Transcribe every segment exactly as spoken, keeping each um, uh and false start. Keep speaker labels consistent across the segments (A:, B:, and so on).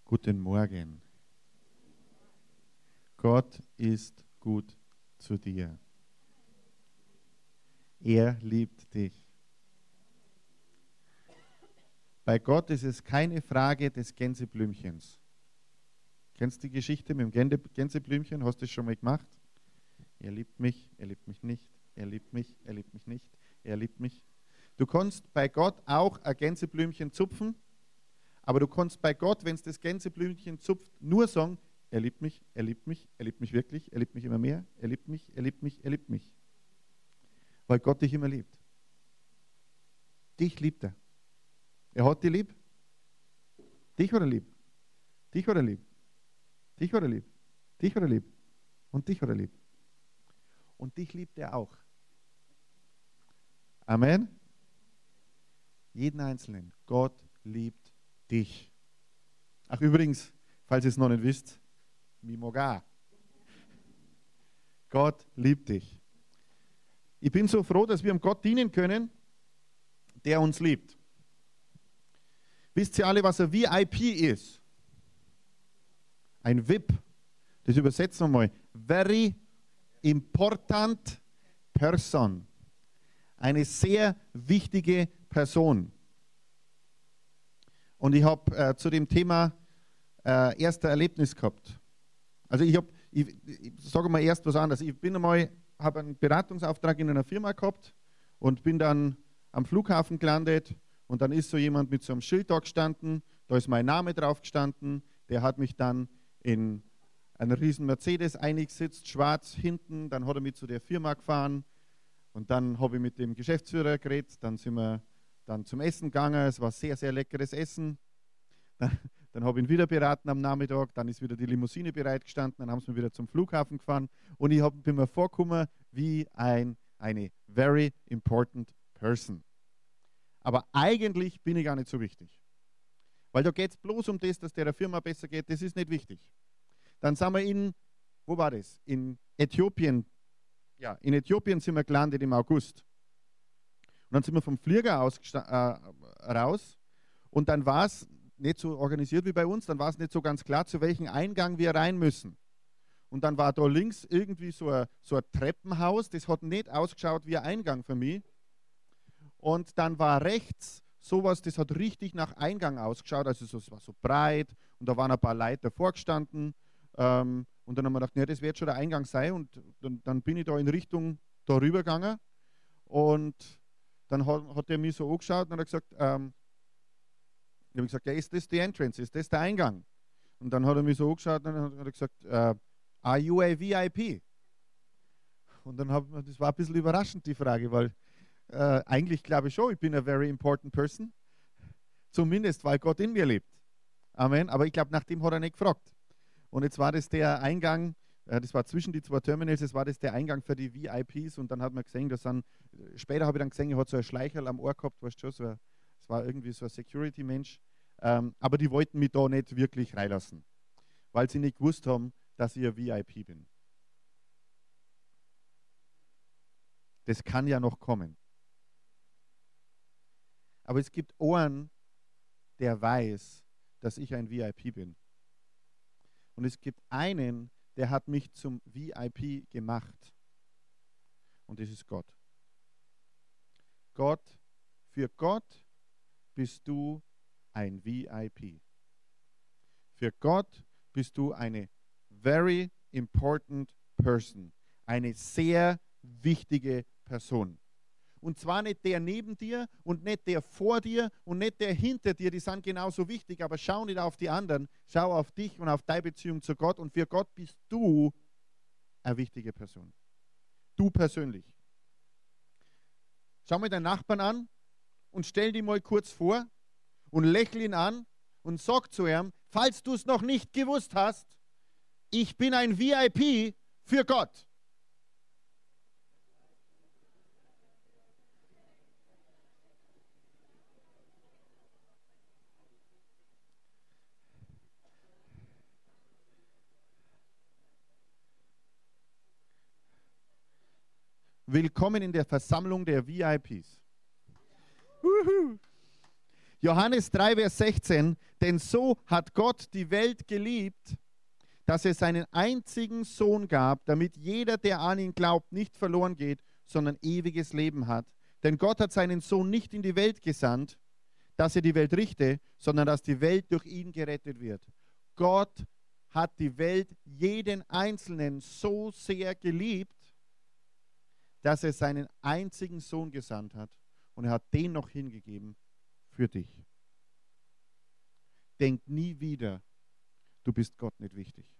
A: Guten Morgen. Gott ist gut zu dir. Er liebt dich. Bei Gott ist es keine Frage des Gänseblümchens. Kennst du die Geschichte mit dem Gänseblümchen? Hast du das schon mal gemacht? Er liebt mich, er liebt mich nicht, er liebt mich, er liebt mich nicht, er liebt mich. Du kannst bei Gott auch ein Gänseblümchen zupfen, aber du kannst bei Gott, wenn es das Gänseblümchen zupft, nur sagen, er liebt mich, er liebt mich, er liebt mich wirklich, er liebt mich immer mehr, er liebt mich, er liebt mich, er liebt mich. Weil Gott dich immer liebt. Dich liebt er. Er hat dich lieb. Dich oder lieb? Dich oder lieb? Dich oder lieb? Dich oder lieb? Und dich oder lieb? Und dich liebt er auch. Amen. Jeden Einzelnen. Gott liebt dich. Ach übrigens, falls ihr es noch nicht wisst, Mimoga. Gott liebt dich. Ich bin so froh, dass wir einem Gott dienen können, der uns liebt. Wisst ihr alle, was ein V I P ist? Ein V I P. Das übersetzen wir mal. Very important person. Eine sehr wichtige Person. Und ich habe äh, zu dem Thema äh, erst ein Erlebnis gehabt. Also ich habe, ich, ich sage mal erst was anderes. Ich bin einmal, habe einen Beratungsauftrag in einer Firma gehabt und bin dann am Flughafen gelandet und dann ist so jemand mit so einem Schild da gestanden, da ist mein Name drauf gestanden, der hat mich dann in einen riesen Mercedes eingesetzt, schwarz hinten, dann hat er mich zu der Firma gefahren und dann habe ich mit dem Geschäftsführer geredet, dann sind wir dann zum Essen gegangen, es war sehr, sehr leckeres Essen. Dann, dann habe ich ihn wieder beraten am Nachmittag, dann ist wieder die Limousine bereitgestanden, dann haben sie mich wieder zum Flughafen gefahren und ich hab, bin mir vorgekommen wie ein, eine very important person. Aber eigentlich bin ich gar nicht so wichtig. Weil da geht es bloß um das, dass der Firma besser geht, das ist nicht wichtig. Dann sind wir in, wo war das? In Äthiopien. Ja, in Äthiopien sind wir gelandet im August. Und dann sind wir vom Flieger aus äh, raus und dann war es nicht so organisiert wie bei uns, dann war es nicht so ganz klar, zu welchem Eingang wir rein müssen. Und dann war da links irgendwie so ein, so ein Treppenhaus, das hat nicht ausgeschaut wie ein Eingang für mich. Und dann war rechts sowas, das hat richtig nach Eingang ausgeschaut, also so, es war so breit und da waren ein paar Leute davor gestanden. Ähm, und dann haben wir gedacht, nee, das wird schon der Eingang sein. Und dann, dann bin ich da in Richtung da rüber gegangen und dann hat, hat er mich so angeschaut und hat gesagt, ähm, ich habe gesagt, ja, ist das die Entrance, ist das der Eingang? Und dann hat er mich so angeschaut und dann hat er gesagt, äh, are you a V I P? Und dann hab, das war ein bisschen überraschend, die Frage, weil äh, eigentlich glaube ich schon, ich bin a very important person. Zumindest, weil Gott in mir lebt. Amen. Aber ich glaube, nach dem hat er nicht gefragt. Und jetzt war das der Eingang, äh, das war zwischen die zwei Terminals, das war das der Eingang für die V I Ps und dann hat man gesehen, dass dann, später habe ich dann gesehen, er hat so ein Schleicherl am Ohr gehabt, weißt du schon, so ein, das war irgendwie so ein Security-Mensch. Ähm, aber die wollten mich da nicht wirklich reinlassen, weil sie nicht gewusst haben, dass ich ein V I P bin. Das kann ja noch kommen. Aber es gibt einen, der weiß, dass ich ein V I P bin. Und es gibt einen, der hat mich zum V I P gemacht. Und das ist Gott. Gott, für Gott bist du ein V I P. Für Gott bist du eine very important person. Eine sehr wichtige Person. Und zwar nicht der neben dir und nicht der vor dir und nicht der hinter dir, die sind genauso wichtig, aber schau nicht auf die anderen, schau auf dich und auf deine Beziehung zu Gott und für Gott bist du eine wichtige Person. Du persönlich. Schau mal deinen Nachbarn an und stell dich mal kurz vor und lächle ihn an und sag zu ihm, falls du es noch nicht gewusst hast, ich bin ein V I P für Gott. Willkommen in der Versammlung der V I Ps. Uhu. Johannes drei, Vers sechzehn, denn so hat Gott die Welt geliebt, dass er seinen einzigen Sohn gab, damit jeder, der an ihn glaubt, nicht verloren geht, sondern ewiges Leben hat. Denn Gott hat seinen Sohn nicht in die Welt gesandt, dass er die Welt richte, sondern dass die Welt durch ihn gerettet wird. Gott hat die Welt, jeden Einzelnen so sehr geliebt, dass er seinen einzigen Sohn gesandt hat und er hat den noch hingegeben für dich. Denk nie wieder, du bist Gott nicht wichtig.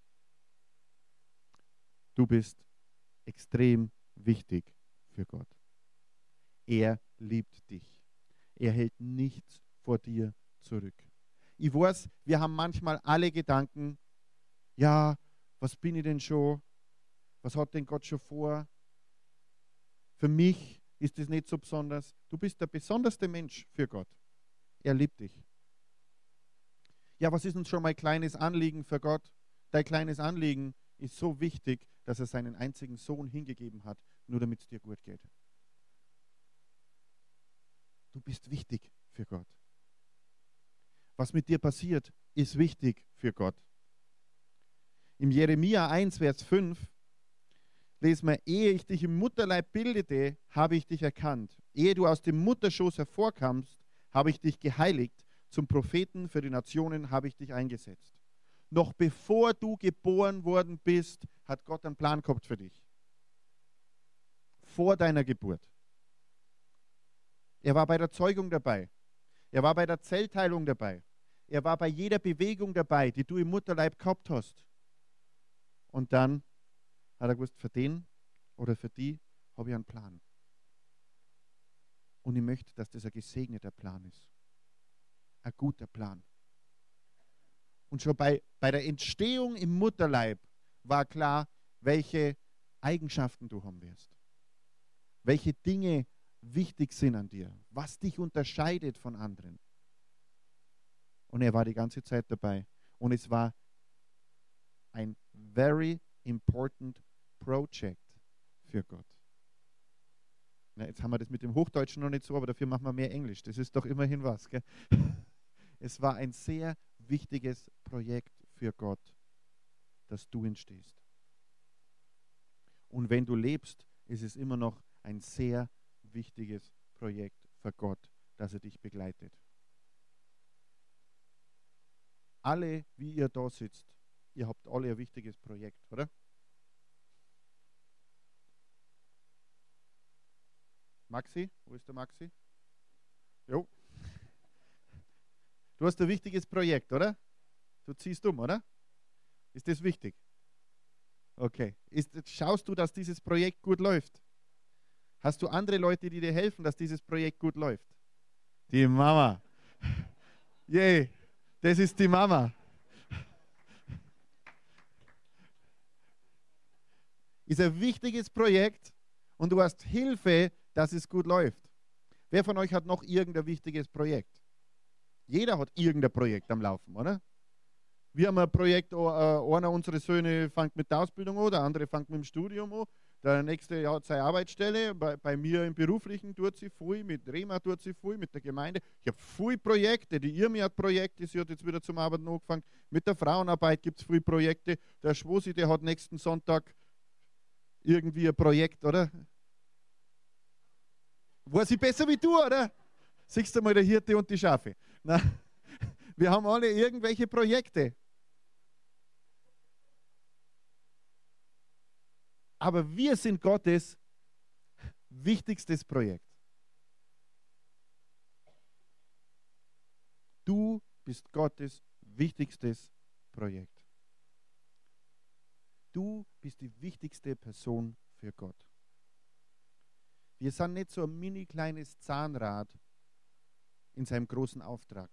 A: Du bist extrem wichtig für Gott. Er liebt dich. Er hält nichts vor dir zurück. Ich weiß, wir haben manchmal alle Gedanken, ja, was bin ich denn schon? Was hat denn Gott schon vor? Für mich ist es nicht so besonders. Du bist der besonderste Mensch für Gott. Er liebt dich. Ja, was ist uns schon mein kleines Anliegen für Gott? Dein kleines Anliegen ist so wichtig, dass er seinen einzigen Sohn hingegeben hat, nur damit es dir gut geht. Du bist wichtig für Gott. Was mit dir passiert, ist wichtig für Gott. Im Jeremia eins, Vers fünf lesen wir, ehe ich dich im Mutterleib bildete, habe ich dich erkannt. Ehe du aus dem Mutterschoß hervorkamst, habe ich dich geheiligt. Zum Propheten für die Nationen habe ich dich eingesetzt. Noch bevor du geboren worden bist, hat Gott einen Plan gehabt für dich. Vor deiner Geburt. Er war bei der Zeugung dabei. Er war bei der Zellteilung dabei. Er war bei jeder Bewegung dabei, die du im Mutterleib gehabt hast. Und dann hat er gewusst, für den oder für die habe ich einen Plan. Und ich möchte, dass das ein gesegneter Plan ist. Ein guter Plan. Und schon bei, bei der Entstehung im Mutterleib war klar, welche Eigenschaften du haben wirst. Welche Dinge wichtig sind an dir. Was dich unterscheidet von anderen. Und er war die ganze Zeit dabei. Und es war ein very important project für Gott. Na, jetzt haben wir das mit dem Hochdeutschen noch nicht so, aber dafür machen wir mehr Englisch. Das ist doch immerhin was. Gell? Es war ein sehr wichtiges Projekt für Gott, dass du entstehst. Und wenn du lebst, ist es immer noch ein sehr wichtiges Projekt für Gott, dass er dich begleitet. Alle, wie ihr da sitzt, ihr habt alle ein wichtiges Projekt, oder? Maxi, wo ist der Maxi? Jo. Du hast ein wichtiges Projekt, oder? Du ziehst um, oder? Ist das wichtig? Okay. Ist, schaust du, dass dieses Projekt gut läuft? Hast du andere Leute, die dir helfen, dass dieses Projekt gut läuft? Die Mama. Yay, das ist die Mama. Ist ein wichtiges Projekt und du hast Hilfe, dass es gut läuft. Wer von euch hat noch irgendein wichtiges Projekt? Jeder hat irgendein Projekt am Laufen, oder? Wir haben ein Projekt, einer unserer Söhne fängt mit der Ausbildung an, der andere fängt mit dem Studium an, der nächste hat seine Arbeitsstelle, bei, bei mir im Beruflichen tut sie viel, mit Rema tut sie viel, mit der Gemeinde. Ich habe viele Projekte, die Irmi hat Projekte, sie hat jetzt wieder zum Arbeiten angefangen. Mit der Frauenarbeit gibt es viele Projekte. Der Schwosi, der hat nächsten Sonntag irgendwie ein Projekt, oder? Weiß ich besser wie du, oder? Siehst du mal, der Hirte und die Schafe. Na, wir haben alle irgendwelche Projekte. Aber wir sind Gottes wichtigstes Projekt. Du bist Gottes wichtigstes Projekt. Du bist die wichtigste Person für Gott. Wir sind nicht so ein mini kleines Zahnrad in seinem großen Auftrag,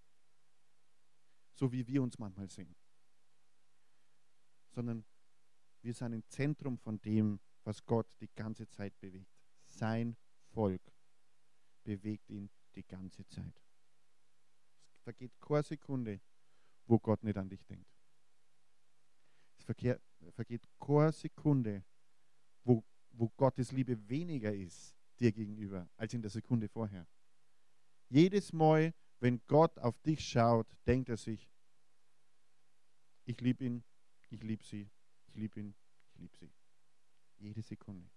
A: so wie wir uns manchmal sehen, sondern wir sind im Zentrum von dem, was Gott die ganze Zeit bewegt. Sein Volk bewegt ihn die ganze Zeit. Es vergeht keine Sekunde, wo Gott nicht an dich denkt. Es vergeht, vergeht keine Sekunde, wo, wo Gottes Liebe weniger ist dir gegenüber, als in der Sekunde vorher. Jedes Mal, wenn Gott auf dich schaut, denkt er sich, ich liebe ihn, ich liebe sie, ich liebe ihn, ich liebe sie. Jede Sekunde.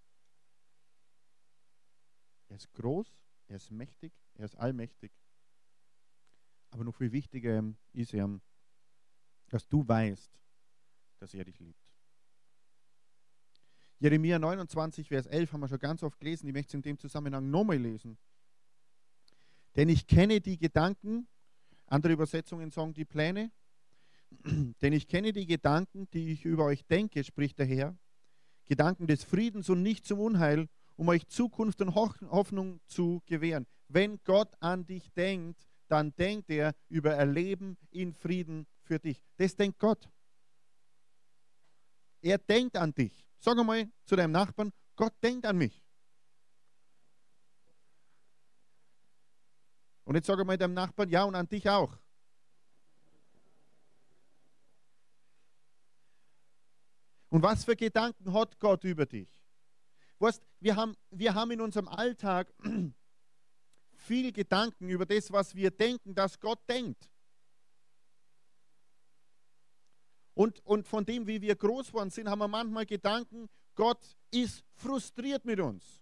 A: Er ist groß, er ist mächtig, er ist allmächtig. Aber noch viel wichtiger ist ihm, dass du weißt, dass er dich liebt. Jeremia neunundzwanzig, Vers elf haben wir schon ganz oft gelesen. Ich möchte es in dem Zusammenhang nochmal lesen. Denn ich kenne die Gedanken, andere Übersetzungen sagen die Pläne, denn ich kenne die Gedanken, die ich über euch denke, spricht der Herr, Gedanken des Friedens und nicht zum Unheil, um euch Zukunft und Hoffnung zu gewähren. Wenn Gott an dich denkt, dann denkt er über Erleben in Frieden für dich. Das denkt Gott. Er denkt an dich. Sag einmal zu deinem Nachbarn, Gott denkt an mich. Und jetzt sag einmal deinem Nachbarn, ja, und an dich auch. Und was für Gedanken hat Gott über dich? Weißt, wir haben, wir haben in unserem Alltag viel Gedanken über das, was wir denken, dass Gott denkt. Und, und von dem, wie wir groß geworden sind, haben wir manchmal Gedanken, Gott ist frustriert mit uns.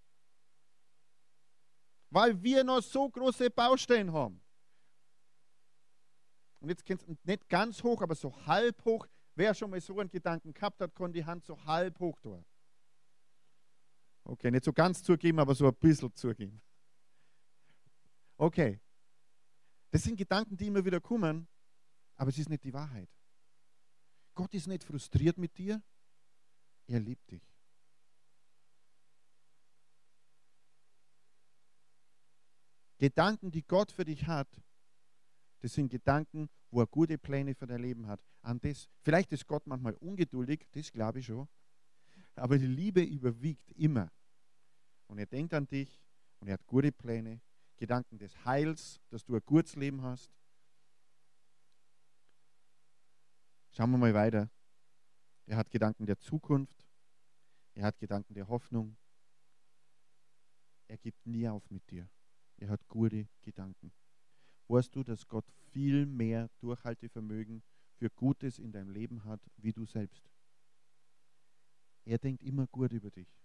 A: Weil wir noch so große Baustellen haben. Und jetzt kennst du nicht ganz hoch, aber so halb hoch. Wer schon mal so einen Gedanken gehabt hat, kann die Hand so halb hoch tun. Okay, nicht so ganz zugeben, aber so ein bisschen zugeben. Okay. Das sind Gedanken, die immer wieder kommen, aber es ist nicht die Wahrheit. Gott ist nicht frustriert mit dir, er liebt dich. Gedanken, die Gott für dich hat, das sind Gedanken, wo er gute Pläne für dein Leben hat. An das, vielleicht ist Gott manchmal ungeduldig, das glaube ich schon, aber die Liebe überwiegt immer. Und er denkt an dich und er hat gute Pläne, Gedanken des Heils, dass du ein gutes Leben hast. Schauen wir mal weiter. Er hat Gedanken der Zukunft, er hat Gedanken der Hoffnung. Er gibt nie auf mit dir. Er hat gute Gedanken. Weißt du, dass Gott viel mehr Durchhaltevermögen für Gutes in deinem Leben hat, wie du selbst? Er denkt immer gut über dich.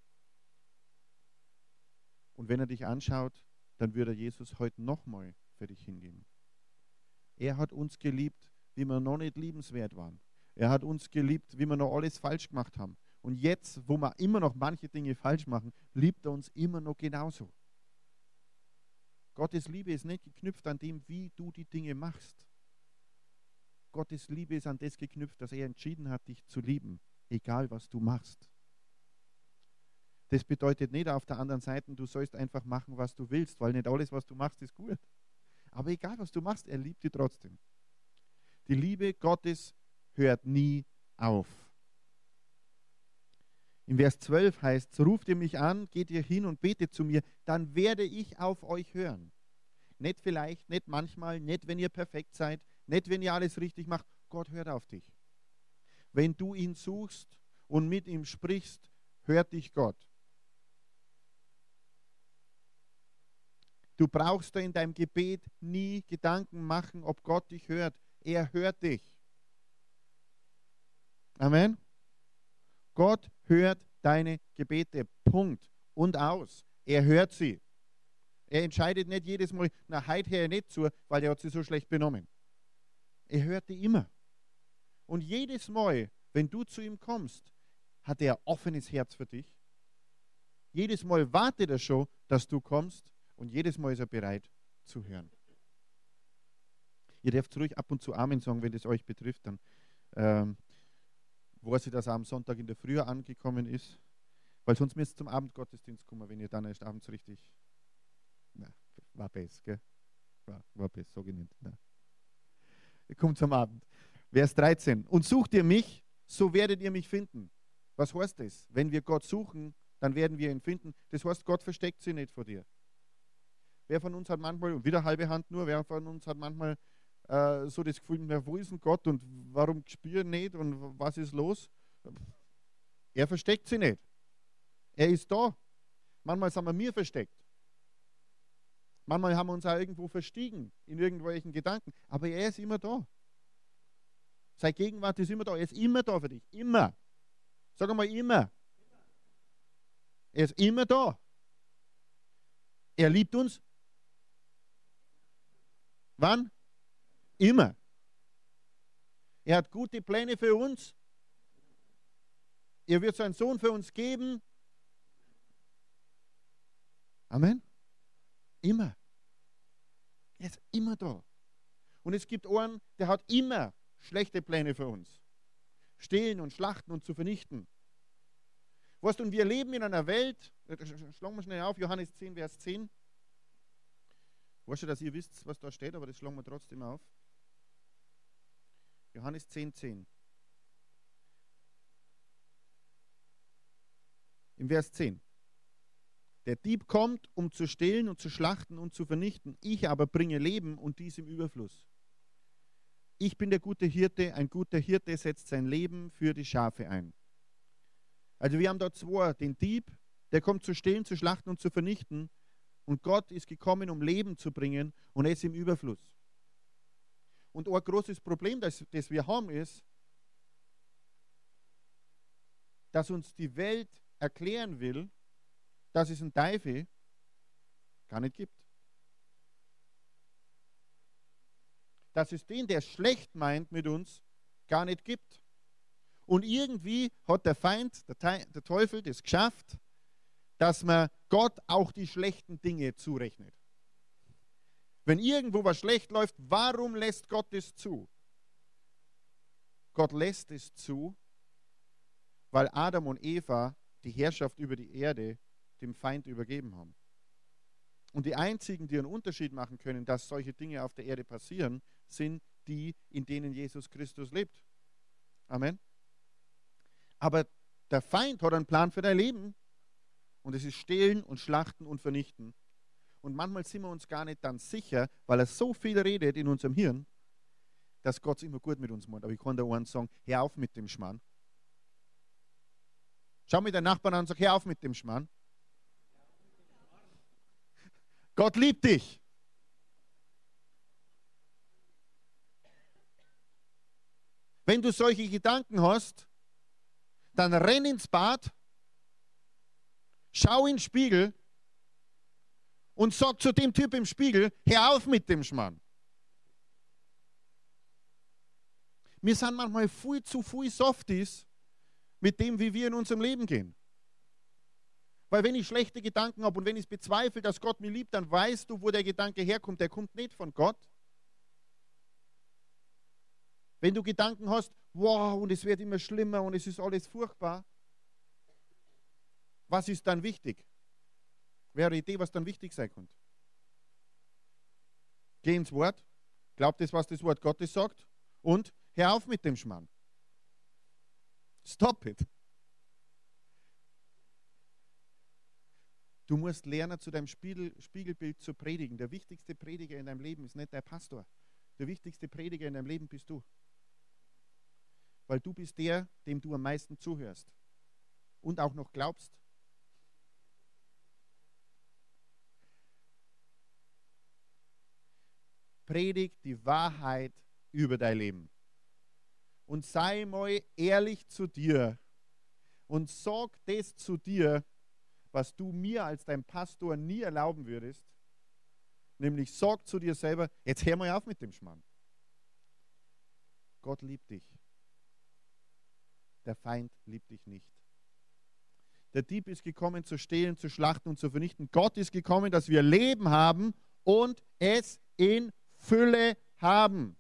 A: Und wenn er dich anschaut, dann würde Jesus heute nochmal für dich hingehen. Er hat uns geliebt, wie wir noch nicht liebenswert waren. Er hat uns geliebt, wie wir noch alles falsch gemacht haben. Und jetzt, wo wir immer noch manche Dinge falsch machen, liebt er uns immer noch genauso. Gottes Liebe ist nicht geknüpft an dem, wie du die Dinge machst. Gottes Liebe ist an das geknüpft, dass er entschieden hat, dich zu lieben, egal was du machst. Das bedeutet nicht auf der anderen Seite, du sollst einfach machen, was du willst, weil nicht alles, was du machst, ist gut. Aber egal, was du machst, er liebt dich trotzdem. Die Liebe Gottes hört nie auf. Im Vers zwölf heißt es, ruft ihr mich an, geht ihr hin und betet zu mir, dann werde ich auf euch hören. Nicht vielleicht, nicht manchmal, nicht wenn ihr perfekt seid, nicht wenn ihr alles richtig macht. Gott hört auf dich. Wenn du ihn suchst und mit ihm sprichst, hört dich Gott. Du brauchst da in deinem Gebet nie Gedanken machen, ob Gott dich hört. Er hört dich. Amen. Gott hört deine Gebete. Punkt. Und aus. Er hört sie. Er entscheidet nicht jedes Mal, na, heute höre ich nicht zu, weil er hat sie so schlecht benommen. Er hört die immer. Und jedes Mal, wenn du zu ihm kommst, hat er ein offenes Herz für dich. Jedes Mal wartet er schon, dass du kommst und jedes Mal ist er bereit zu hören. Ihr dürft ruhig ab und zu Amen sagen, wenn das euch betrifft. Dann ähm, weiß ich, dass er am Sonntag in der Früh angekommen ist, weil sonst müsst ihr zum Abendgottesdienst kommen, wenn ihr dann erst abends richtig... Na, war besser, gell? War, war besser, sag ich nicht. Na. Kommt zum Abend. Vers dreizehn. Und sucht ihr mich, so werdet ihr mich finden. Was heißt das? Wenn wir Gott suchen, dann werden wir ihn finden. Das heißt, Gott versteckt sich nicht vor dir. Wer von uns hat manchmal, und wieder halbe Hand nur, wer von uns hat manchmal äh, so das Gefühl, na, wo ist denn Gott und warum spüren nicht und was ist los? Er versteckt sich nicht. Er ist da. Manchmal sind wir mir versteckt. Manchmal haben wir uns auch irgendwo verstiegen in irgendwelchen Gedanken. Aber er ist immer da. Seine Gegenwart ist immer da. Er ist immer da für dich. Immer. Sag einmal immer. Er ist immer da. Er liebt uns. Wann? Immer. Er hat gute Pläne für uns. Er wird seinen Sohn für uns geben. Amen. Immer. Er ist immer da. Und es gibt einen, der hat immer schlechte Pläne für uns. Stehlen und schlachten und zu vernichten. Weißt du, und wir leben in einer Welt, schlagen wir schnell auf, Johannes zehn, Vers zehn. Weißt du, dass ihr wisst, was da steht, aber das schlagen wir trotzdem auf. Johannes zehn, zehn. Im Vers zehn. Der Dieb kommt, um zu stehlen und zu schlachten und zu vernichten. Ich aber bringe Leben und dies im Überfluss. Ich bin der gute Hirte. Ein guter Hirte setzt sein Leben für die Schafe ein. Also wir haben da zwei. Den Dieb, der kommt zu stehlen, zu schlachten und zu vernichten. Und Gott ist gekommen, um Leben zu bringen und es im Überfluss. Und ein großes Problem, das, das wir haben, ist, dass uns die Welt erklären will, dass es einen Teufel gar nicht gibt. Dass es den, der schlecht meint mit uns, gar nicht gibt. Und irgendwie hat der Feind, der, Te der Teufel, das geschafft, dass man Gott auch die schlechten Dinge zurechnet. Wenn irgendwo was schlecht läuft, warum lässt Gott es zu? Gott lässt es zu, weil Adam und Eva die Herrschaft über die Erde dem Feind übergeben haben. Und die einzigen, die einen Unterschied machen können, dass solche Dinge auf der Erde passieren, sind die, in denen Jesus Christus lebt. Amen. Aber der Feind hat einen Plan für dein Leben und es ist Stehlen und Schlachten und Vernichten. Und manchmal sind wir uns gar nicht dann sicher, weil er so viel redet in unserem Hirn, dass Gott es immer gut mit uns meint. Aber ich kann der einen sagen, hör auf mit dem Schmarrn. Schau mir deinen Nachbarn an und sag, hör auf mit dem Schmarrn. Gott liebt dich. Wenn du solche Gedanken hast, dann renn ins Bad, schau in den Spiegel und sag zu dem Typ im Spiegel, hör auf mit dem Schmarrn. Wir sind manchmal viel zu viel Softies mit dem, wie wir in unserem Leben gehen. Weil wenn ich schlechte Gedanken habe und wenn ich bezweifle, dass Gott mich liebt, dann weißt du, wo der Gedanke herkommt. Der kommt nicht von Gott. Wenn du Gedanken hast, wow, und es wird immer schlimmer und es ist alles furchtbar, was ist dann wichtig? Wäre eine Idee, was dann wichtig sein könnte. Geh ins Wort, glaub das, was das Wort Gottes sagt und hör auf mit dem Schmarrn. Stop it. Du musst lernen, zu deinem Spiegel, Spiegelbild zu predigen. Der wichtigste Prediger in deinem Leben ist nicht der Pastor. Der wichtigste Prediger in deinem Leben bist du. Weil du bist der, dem du am meisten zuhörst. Und auch noch glaubst. Predigt die Wahrheit über dein Leben. Und sei mal ehrlich zu dir. Und sag das zu dir, was du mir als dein Pastor nie erlauben würdest, nämlich sag zu dir selber, jetzt hör mal auf mit dem Schmarrn. Gott liebt dich. Der Feind liebt dich nicht. Der Dieb ist gekommen, zu stehlen, zu schlachten und zu vernichten. Gott ist gekommen, dass wir Leben haben und es in Fülle haben.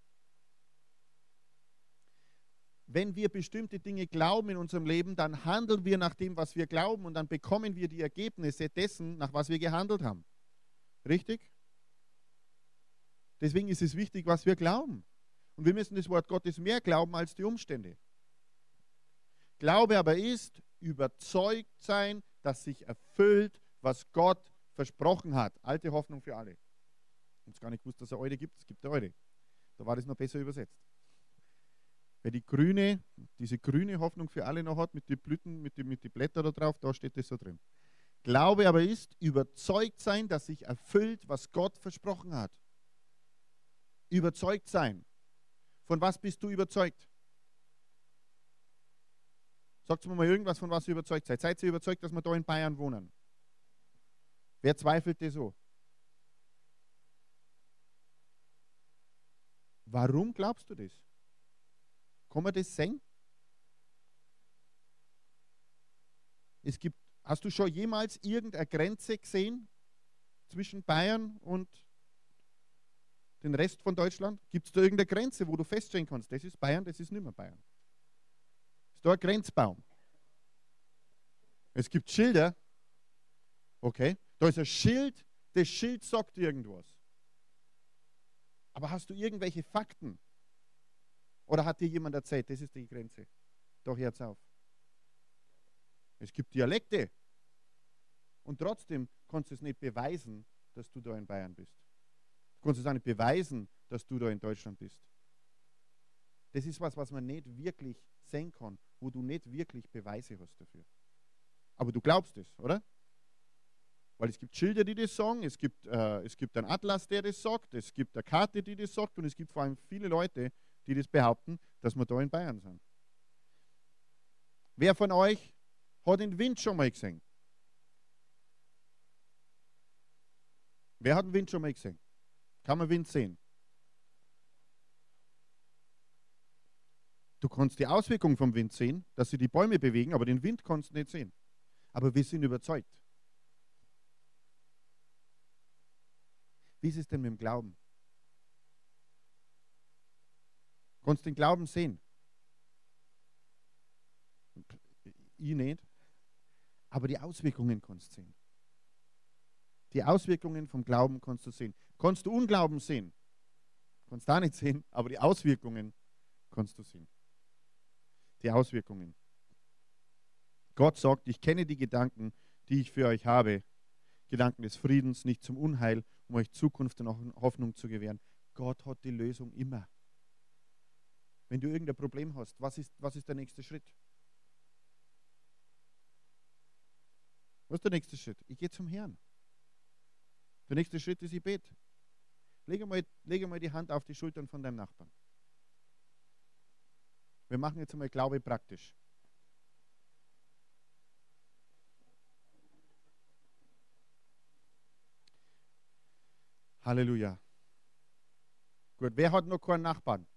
A: Wenn wir bestimmte Dinge glauben in unserem Leben, dann handeln wir nach dem, was wir glauben und dann bekommen wir die Ergebnisse dessen, nach was wir gehandelt haben. Richtig? Deswegen ist es wichtig, was wir glauben. Und wir müssen das Wort Gottes mehr glauben als die Umstände. Glaube aber ist, überzeugt sein, dass sich erfüllt, was Gott versprochen hat. Alte Hoffnung für alle. Ich habe gar nicht gewusst, dass es eine alte gibt. Es gibt eine alte. Da war das noch besser übersetzt. Wer die grüne, diese grüne Hoffnung für alle noch hat, mit den Blüten, mit den mit die Blättern da drauf, da steht das so drin. Glaube aber ist, überzeugt sein, dass sich erfüllt, was Gott versprochen hat. Überzeugt sein. Von was bist du überzeugt? Sagt mir mal irgendwas, von was ihr überzeugt seid. Seid ihr überzeugt, dass wir da in Bayern wohnen? Wer zweifelt das so? Warum glaubst du das? Kann man das sehen? Es gibt, hast du schon jemals irgendeine Grenze gesehen zwischen Bayern und den Rest von Deutschland? Gibt es da irgendeine Grenze, wo du feststellen kannst, das ist Bayern, das ist nicht mehr Bayern? Ist da ein Grenzbaum? Es gibt Schilder. Okay, da ist ein Schild, das Schild sagt irgendwas. Aber hast du irgendwelche Fakten? Oder hat dir jemand erzählt, das ist die Grenze? Doch, hört's auf. Es gibt Dialekte. Und trotzdem kannst du es nicht beweisen, dass du da in Bayern bist. Du kannst es auch nicht beweisen, dass du da in Deutschland bist. Das ist was, was man nicht wirklich sehen kann, wo du nicht wirklich Beweise hast dafür. Aber du glaubst es, oder? Weil es gibt Schilder, die das sagen, es gibt, äh, es gibt einen Atlas, der das sagt, es gibt eine Karte, die das sagt und es gibt vor allem viele Leute, die das behaupten, dass wir da in Bayern sind. Wer von euch hat den Wind schon mal gesehen? Wer hat den Wind schon mal gesehen? Kann man Wind sehen? Du kannst die Auswirkungen vom Wind sehen, dass sie die Bäume bewegen, aber den Wind kannst du nicht sehen. Aber wir sind überzeugt. Wie ist es denn mit dem Glauben? Kannst du den Glauben sehen? Ich nicht. Aber die Auswirkungen kannst du sehen. Die Auswirkungen vom Glauben kannst du sehen. Kannst du Unglauben sehen? Kannst du auch nicht sehen, aber die Auswirkungen kannst du sehen. Die Auswirkungen. Gott sagt, ich kenne die Gedanken, die ich für euch habe. Gedanken des Friedens, nicht zum Unheil, um euch Zukunft und Hoffnung zu gewähren. Gott hat die Lösung immer. Wenn du irgendein Problem hast, was ist, was ist der nächste Schritt? Was ist der nächste Schritt? Ich gehe zum Herrn. Der nächste Schritt ist, ich bete. Lege mal, lege mal die Hand auf die Schultern von deinem Nachbarn. Wir machen jetzt einmal Glaube praktisch. Halleluja. Gut, wer hat noch keinen Nachbarn?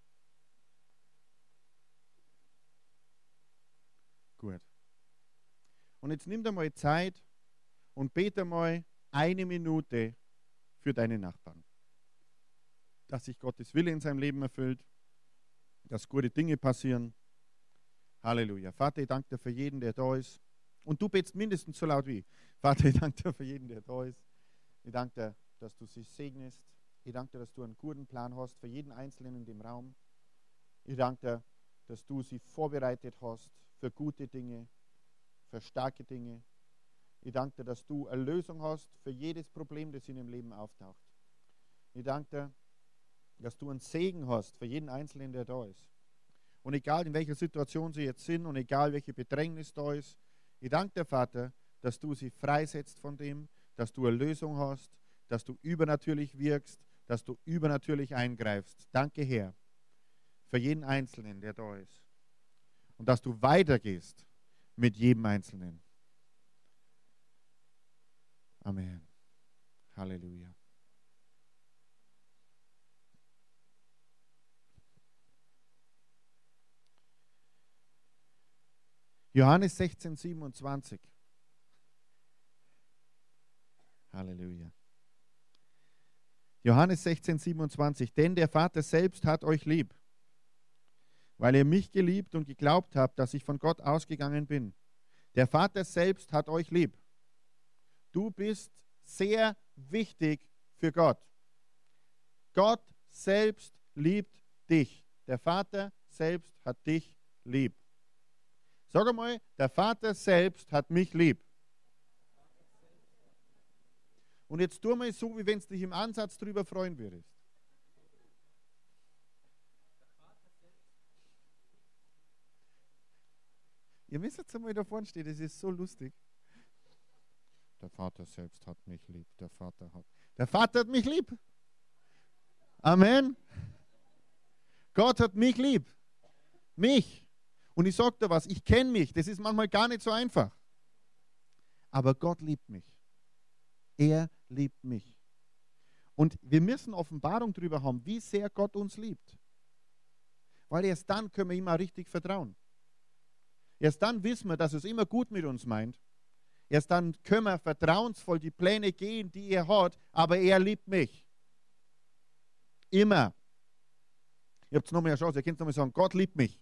A: Gut. Und jetzt nimm dir mal Zeit und bete mal eine Minute für deine Nachbarn. Dass sich Gottes Wille in seinem Leben erfüllt, dass gute Dinge passieren. Halleluja. Vater, ich danke dir für jeden, der da ist. Und du betest mindestens so laut wie ich. Vater, ich danke dir für jeden, der da ist. Ich danke dir, dass du sie segnest. Ich danke dir, dass du einen guten Plan hast für jeden Einzelnen in dem Raum. Ich danke dir, dass du sie vorbereitet hast für gute Dinge, für starke Dinge. Ich danke dir, dass du eine Lösung hast für jedes Problem, das in ihrem Leben auftaucht. Ich danke dir, dass du einen Segen hast für jeden Einzelnen, der da ist. Und egal in welcher Situation sie jetzt sind und egal welche Bedrängnis da ist, ich danke dir, Vater, dass du sie freisetzt von dem, dass du eine Lösung hast, dass du übernatürlich wirkst, dass du übernatürlich eingreifst. Danke, Herr, für jeden Einzelnen, der da ist. Und dass du weitergehst mit jedem Einzelnen. Amen. Halleluja. Johannes sechzehn, siebenundzwanzig. Halleluja. Johannes sechzehn, siebenundzwanzig. Denn der Vater selbst hat euch lieb, weil ihr mich geliebt und geglaubt habt, dass ich von Gott ausgegangen bin. Der Vater selbst hat euch lieb. Du bist sehr wichtig für Gott. Gott selbst liebt dich. Der Vater selbst hat dich lieb. Sag einmal, der Vater selbst hat mich lieb. Und jetzt tu mal so, wie wenn du dich im Ansatz darüber freuen würdest. Ihr müsst jetzt einmal da vorne stehen, das ist so lustig. Der Vater selbst hat mich lieb. Der Vater hat, der Vater hat mich lieb. Amen. Gott hat mich lieb. Mich. Und ich sage dir was, ich kenne mich. Das ist manchmal gar nicht so einfach. Aber Gott liebt mich. Er liebt mich. Und wir müssen Offenbarung darüber haben, wie sehr Gott uns liebt. Weil erst dann können wir ihm auch richtig vertrauen. Erst dann wissen wir, dass er es immer gut mit uns meint. Erst dann können wir vertrauensvoll die Pläne gehen, die er hat, aber er liebt mich. Immer. Ihr habt nochmal eine Chance, ihr könnt nochmal sagen, Gott liebt mich.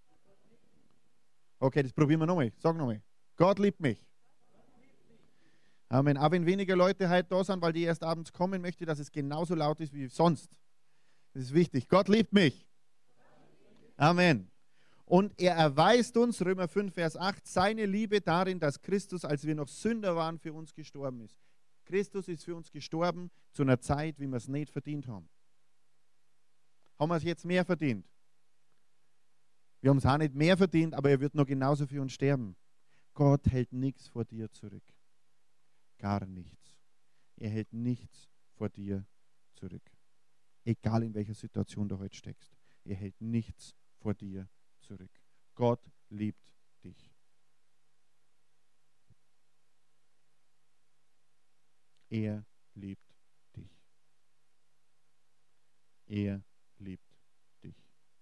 A: Okay, das probieren wir nochmal. Sag nochmal. Gott liebt mich. Amen. Auch wenn weniger Leute heute da sind, weil die erst abends kommen, möchte ich, dass es genauso laut ist wie sonst. Das ist wichtig. Gott liebt mich. Amen. Und er erweist uns, Römer fünf, Vers acht, seine Liebe darin, dass Christus, als wir noch Sünder waren, für uns gestorben ist. Christus ist für uns gestorben zu einer Zeit, wie wir es nicht verdient haben. Haben wir es jetzt mehr verdient? Wir haben es auch nicht mehr verdient, aber er wird noch genauso für uns sterben. Gott hält nichts vor dir zurück. Gar nichts. Er hält nichts vor dir zurück. Egal in welcher Situation du heute steckst. Er hält nichts vor dir zurück. Gott liebt dich. Er liebt dich. Er liebt dich.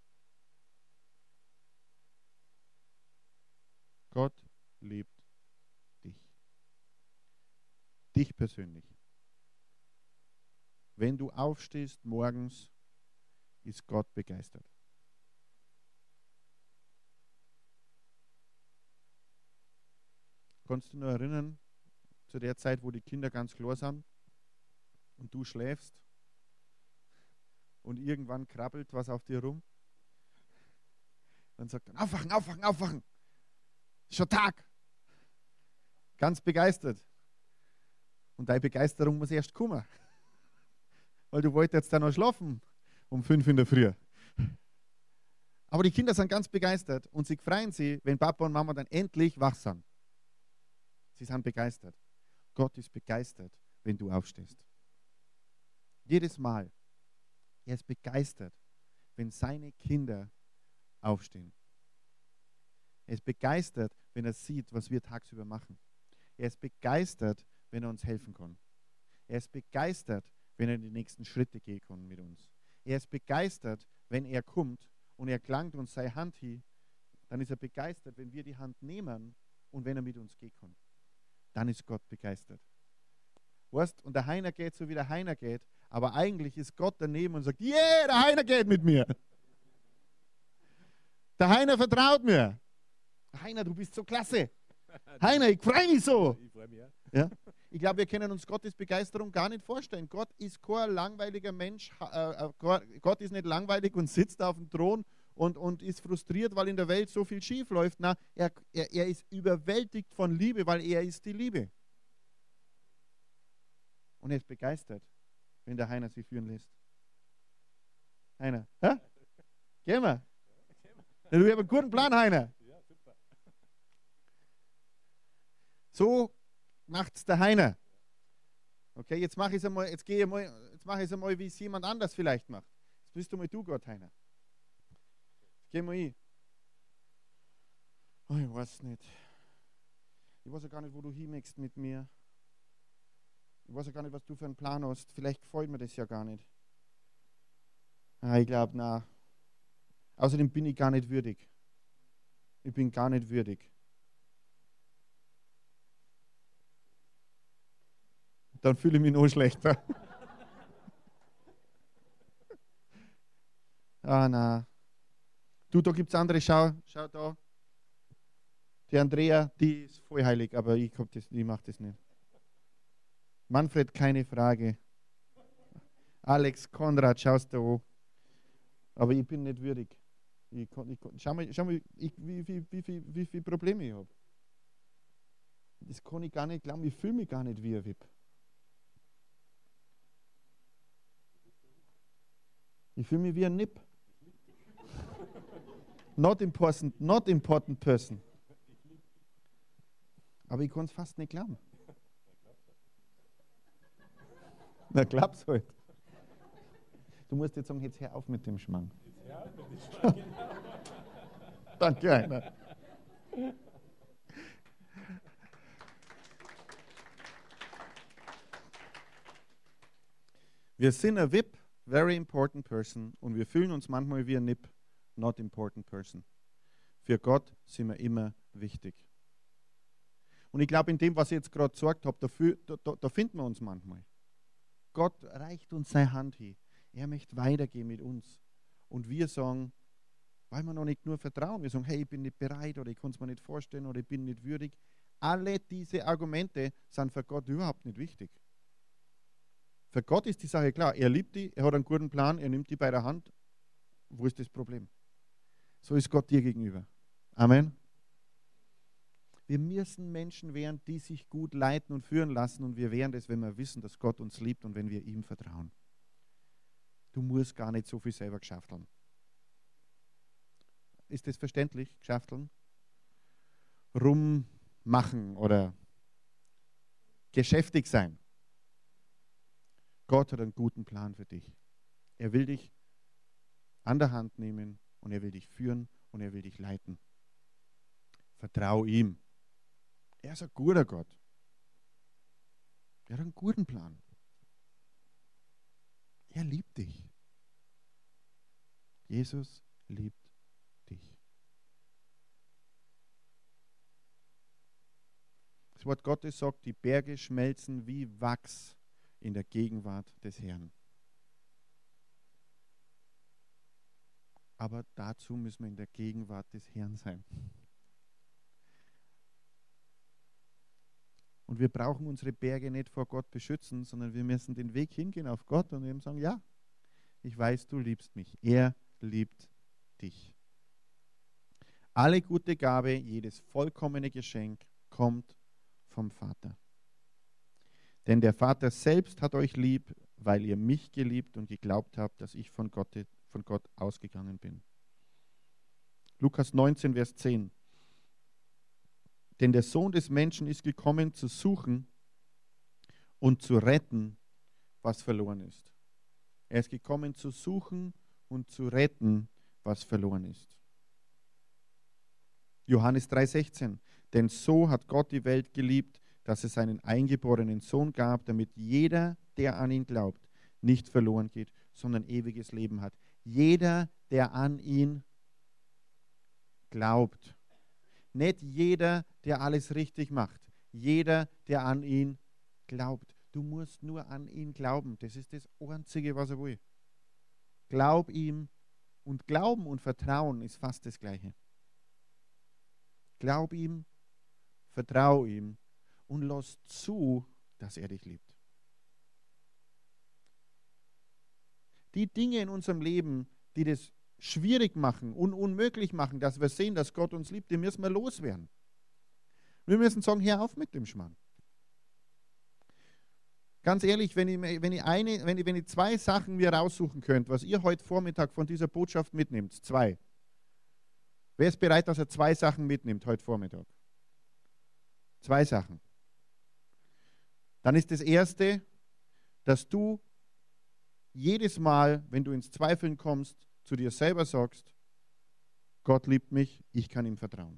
A: Gott liebt dich. Dich persönlich. Wenn du aufstehst morgens, ist Gott begeistert. Kannst du nur erinnern, zu der Zeit, wo die Kinder ganz klar sind und du schläfst und irgendwann krabbelt was auf dir rum? Dann sagt er, aufwachen, aufwachen, aufwachen. Ist schon Tag. Ganz begeistert. Und deine Begeisterung muss erst kommen. Weil du wolltest jetzt da noch schlafen um fünf in der Früh. Aber die Kinder sind ganz begeistert und sie freuen sich, wenn Papa und Mama dann endlich wach sind. Sie sind begeistert. Gott ist begeistert, wenn du aufstehst. Jedes Mal. Er ist begeistert, wenn seine Kinder aufstehen. Er ist begeistert, wenn er sieht, was wir tagsüber machen. Er ist begeistert, wenn er uns helfen kann. Er ist begeistert, wenn er die nächsten Schritte gehen kann mit uns. Er ist begeistert, wenn er kommt und er klangt uns seine Hand hin, dann ist er begeistert, wenn wir die Hand nehmen und wenn er mit uns gehen kann. Dann ist Gott begeistert. Weißt, und der Heiner geht so, wie der Heiner geht, aber eigentlich ist Gott daneben und sagt, yeah, der Heiner geht mit mir. Der Heiner vertraut mir. Heiner, du bist so klasse. Heiner, ich freue mich so.
B: Ich freue mich, ja.
A: Ja? Ich glaube, wir können uns Gottes Begeisterung gar nicht vorstellen. Gott ist kein langweiliger Mensch. Äh, Gott ist nicht langweilig und sitzt auf dem Thron und, und ist frustriert, weil in der Welt so viel schief läuft. Na, er, er, er ist überwältigt von Liebe, weil er ist die Liebe. Und er ist begeistert, wenn der Heiner sich führen lässt. Heiner, hä? Gehen wir. Du hast einen guten Plan, Heiner.
B: Ja, super.
A: So macht es der Heiner. Okay, jetzt mache ich es einmal, jetzt gehe ich mal, jetzt mache ich es einmal, wie es jemand anders vielleicht macht. Jetzt bist du mal du, Gott, Heiner. Jetzt geh mal hin. Oh, ich weiß nicht. Ich weiß ja gar nicht, wo du hinmachst mit mir. Ich weiß ja gar nicht, was du für einen Plan hast. Vielleicht gefällt mir das ja gar nicht. Ah, ich glaube, na. Außerdem bin ich gar nicht würdig. Ich bin gar nicht würdig. Dann fühle ich mich noch schlechter. Ah, na. Du, da gibt es andere, schau, schau da. Die Andrea, die ist voll heilig, aber ich, ich mache das nicht. Manfred, keine Frage. Alex, Konrad, schaust du an. Aber ich bin nicht würdig. Ich, ich, schau mal, schau mal ich, wie, wie, wie, wie, wie viele Probleme ich habe. Das kann ich gar nicht glauben. Ich fühle mich gar nicht wie ein W I P. Ich fühle mich wie ein Nipp. Not important, not important person. Aber ich kann es fast nicht glauben. Na, glaub's halt. Du musst jetzt sagen, jetzt hör auf mit dem Schmarrn. Danke, Heiner. Wir sind ein V I P, very important person, und wir fühlen uns manchmal wie ein N I P, not important person. Für Gott sind wir immer wichtig. Und ich glaube, in dem, was ich jetzt gerade gesagt habe, dafür, da, da, da finden wir uns manchmal. Gott reicht uns seine Hand hin. Er möchte weitergehen mit uns. Und wir sagen, weil wir noch nicht nur vertrauen, wir sagen, hey, ich bin nicht bereit oder ich kann es mir nicht vorstellen oder ich bin nicht würdig. Alle diese Argumente sind für Gott überhaupt nicht wichtig. Für Gott ist die Sache klar, er liebt die, er hat einen guten Plan, er nimmt die bei der Hand. Wo ist das Problem? So ist Gott dir gegenüber. Amen. Wir müssen Menschen werden, die sich gut leiten und führen lassen, und wir werden das, wenn wir wissen, dass Gott uns liebt und wenn wir ihm vertrauen. Du musst gar nicht so viel selber geschafteln. Ist das verständlich, geschafteln? Rummachen oder geschäftig sein. Gott hat einen guten Plan für dich. Er will dich an der Hand nehmen und er will dich führen und er will dich leiten. Vertrau ihm. Er ist ein guter Gott. Er hat einen guten Plan. Er liebt dich. Jesus liebt dich. Das Wort Gottes sagt, die Berge schmelzen wie Wachs in der Gegenwart des Herrn. Aber dazu müssen wir in der Gegenwart des Herrn sein. Und wir brauchen unsere Berge nicht vor Gott beschützen, sondern wir müssen den Weg hingehen auf Gott und ihm sagen, ja, ich weiß, du liebst mich. Er liebt dich. Alle gute Gabe, jedes vollkommene Geschenk kommt vom Vater. Denn der Vater selbst hat euch lieb, weil ihr mich geliebt und geglaubt habt, dass ich von Gott, von Gott ausgegangen bin. Lukas neunzehn, Vers zehn. Denn der Sohn des Menschen ist gekommen, zu suchen und zu retten, was verloren ist. Er ist gekommen, zu suchen und zu retten, was verloren ist. Johannes drei, sechzehn. Denn so hat Gott die Welt geliebt, dass es seinen eingeborenen Sohn gab, damit jeder, der an ihn glaubt, nicht verloren geht, sondern ewiges Leben hat. Jeder, der an ihn glaubt. Nicht jeder, der alles richtig macht. Jeder, der an ihn glaubt. Du musst nur an ihn glauben. Das ist das Einzige, was er will. Glaub ihm, und Glauben und Vertrauen ist fast das Gleiche. Glaub ihm, vertrau ihm und lass zu, dass er dich liebt. Die Dinge in unserem Leben, die das schwierig machen und unmöglich machen, dass wir sehen, dass Gott uns liebt, die müssen wir loswerden. Wir müssen sagen, hör auf mit dem Schmarrn. Ganz ehrlich, wenn ich, wenn ich, eine, wenn ich, wenn ich zwei Sachen mir raussuchen könnt, was ihr heute Vormittag von dieser Botschaft mitnehmt, zwei. Wer ist bereit, dass er zwei Sachen mitnimmt heute Vormittag? Zwei Sachen. Dann ist das erste, dass du jedes Mal, wenn du ins Zweifeln kommst, zu dir selber sagst, Gott liebt mich, ich kann ihm vertrauen.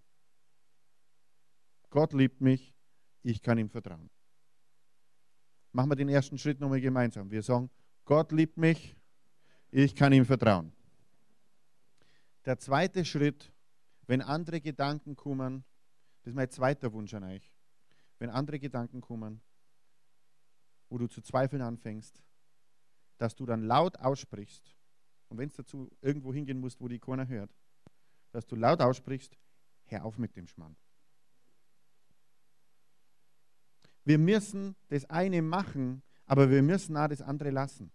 A: Gott liebt mich, ich kann ihm vertrauen. Machen wir den ersten Schritt nochmal gemeinsam. Wir sagen, Gott liebt mich, ich kann ihm vertrauen. Der zweite Schritt, wenn andere Gedanken kommen, das ist mein zweiter Wunsch an euch, wenn andere Gedanken kommen, wo du zu zweifeln anfängst, dass du dann laut aussprichst, und wenn es dazu irgendwo hingehen musst, wo die keiner hört, dass du laut aussprichst, hör auf mit dem Schmarrn. Wir müssen das eine machen, aber wir müssen auch das andere lassen.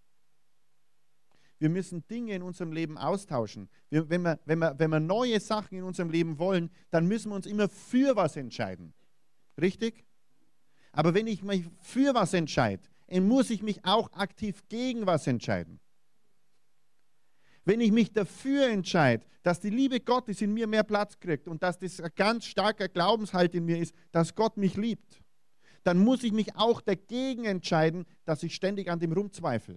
A: Wir müssen Dinge in unserem Leben austauschen. Wir, wenn, wir, wenn, wir, wenn wir neue Sachen in unserem Leben wollen, dann müssen wir uns immer für was entscheiden. Richtig? Aber wenn ich mich für was entscheide, muss ich mich auch aktiv gegen was entscheiden. Wenn ich mich dafür entscheide, dass die Liebe Gottes in mir mehr Platz kriegt und dass das ein ganz starker Glaubenshalt in mir ist, dass Gott mich liebt, dann muss ich mich auch dagegen entscheiden, dass ich ständig an dem rumzweifle.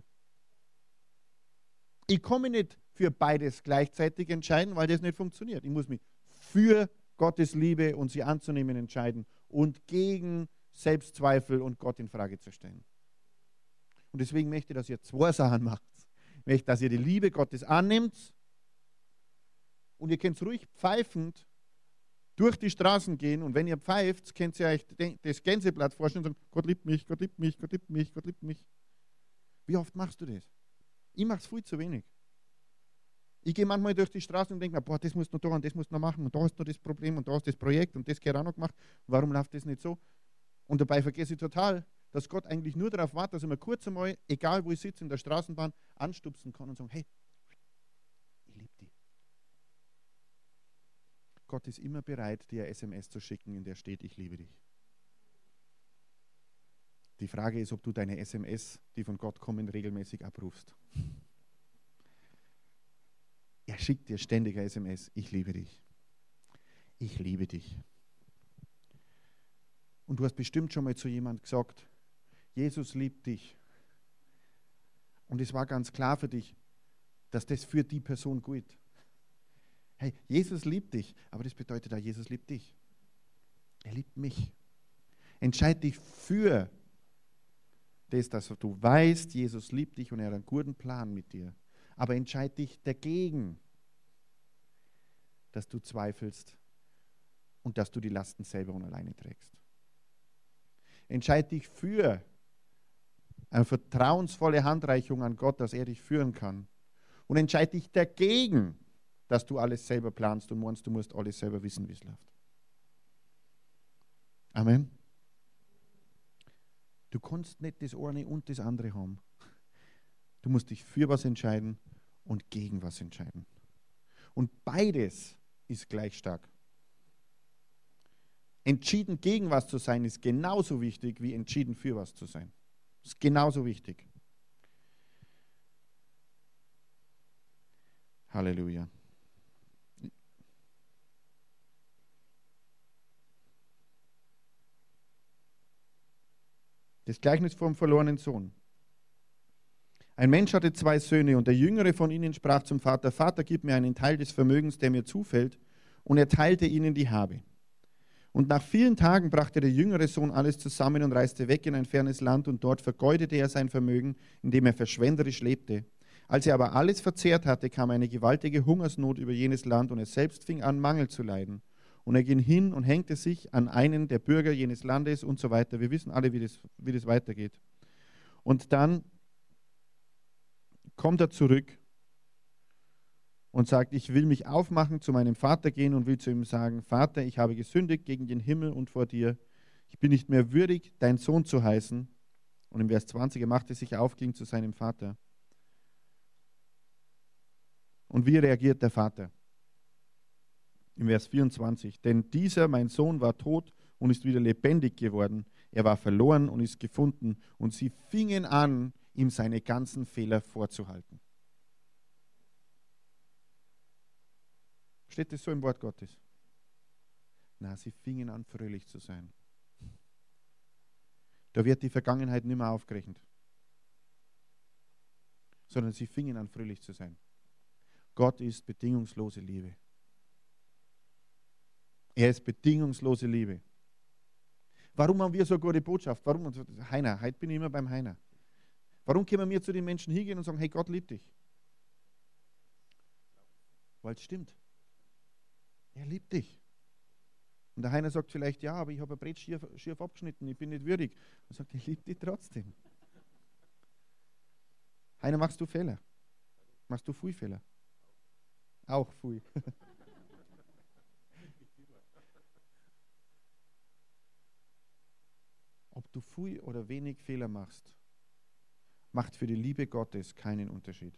A: Ich komme nicht für beides gleichzeitig entscheiden, weil das nicht funktioniert. Ich muss mich für Gottes Liebe und sie anzunehmen entscheiden und gegen Selbstzweifel und Gott in Frage zu stellen. Und deswegen möchte ich, dass ihr zwei Sachen macht. Ich möchte, dass ihr die Liebe Gottes annimmt und ihr könnt ruhig pfeifend durch die Straßen gehen und wenn ihr pfeift, könnt ihr euch das Gänseblatt vorstellen und sagen, Gott liebt mich, Gott liebt mich, Gott liebt mich, Gott liebt mich. Wie oft machst du das? Ich mache es viel zu wenig. Ich gehe manchmal durch die Straßen und denke mir, boah, das musst du noch da und das musst du noch machen und da hast du das Problem und da hast du das Projekt und das gehört auch noch gemacht. Warum läuft das nicht so? Und dabei vergesse ich total, dass Gott eigentlich nur darauf wartet, dass er mir kurz einmal, egal wo ich sitze, in der Straßenbahn, anstupsen kann und sagen, hey, ich liebe dich. Gott ist immer bereit, dir eine S M S zu schicken, in der steht, ich liebe dich. Die Frage ist, ob du deine S M S, die von Gott kommen, regelmäßig abrufst. Er schickt dir ständig eine S M S, ich liebe dich. Ich liebe dich. Und du hast bestimmt schon mal zu jemandem gesagt, Jesus liebt dich. Und es war ganz klar für dich, dass das für die Person gilt. Hey, Jesus liebt dich, aber das bedeutet auch, Jesus liebt dich. Er liebt mich. Entscheid dich für das, dass du weißt, Jesus liebt dich und er hat einen guten Plan mit dir. Aber entscheid dich dagegen, dass du zweifelst und dass du die Lasten selber und alleine trägst. Entscheid dich für eine vertrauensvolle Handreichung an Gott, dass er dich führen kann. Und entscheid dich dagegen, dass du alles selber planst und meinst, du musst alles selber wissen, wie es läuft. Amen. Du kannst nicht das eine und das andere haben. Du musst dich für was entscheiden und gegen was entscheiden. Und beides ist gleich stark. Entschieden gegen was zu sein, ist genauso wichtig, wie entschieden für was zu sein. Ist genauso wichtig. Halleluja. Das Gleichnis vom verlorenen Sohn. Ein Mensch hatte zwei Söhne und der jüngere von ihnen sprach zum Vater, Vater, gib mir einen Teil des Vermögens, der mir zufällt, und er teilte ihnen die Habe. Und nach vielen Tagen brachte der jüngere Sohn alles zusammen und reiste weg in ein fernes Land und dort vergeudete er sein Vermögen, indem er verschwenderisch lebte. Als er aber alles verzehrt hatte, kam eine gewaltige Hungersnot über jenes Land und er selbst fing an, Mangel zu leiden. Und er ging hin und hängte sich an einen der Bürger jenes Landes und so weiter. Wir wissen alle, wie das, wie das weitergeht. Und dann kommt er zurück und sagt, ich will mich aufmachen, zu meinem Vater gehen und will zu ihm sagen, Vater, ich habe gesündigt gegen den Himmel und vor dir. Ich bin nicht mehr würdig, dein Sohn zu heißen. Und im Vers zwanzig, er machte sich auf, ging zu seinem Vater. Und wie reagiert der Vater? Im Vers vierundzwanzig, denn dieser, mein Sohn, war tot und ist wieder lebendig geworden. Er war verloren und ist gefunden. Und sie fingen an, ihm seine ganzen Fehler vorzuhalten. Steht das so im Wort Gottes? Na, sie fingen an, fröhlich zu sein. Da wird die Vergangenheit nicht mehr aufgerechnet, sondern sie fingen an, fröhlich zu sein. Gott ist bedingungslose Liebe. Er ist bedingungslose Liebe. Warum haben wir so eine gute Botschaft? Warum? Heiner, heute bin ich immer beim Heiner. Warum können wir zu den Menschen hingehen und sagen, hey, Gott liebt dich? Weil es stimmt. Er liebt dich. Und der Heiner sagt vielleicht, ja, aber ich habe ein Brett schief, schief abgeschnitten, ich bin nicht würdig. Er sagt, ich liebe dich trotzdem. Heiner, machst du Fehler? Machst du viel Fehler? Auch viel. Ob du viel oder wenig Fehler machst, macht für die Liebe Gottes keinen Unterschied.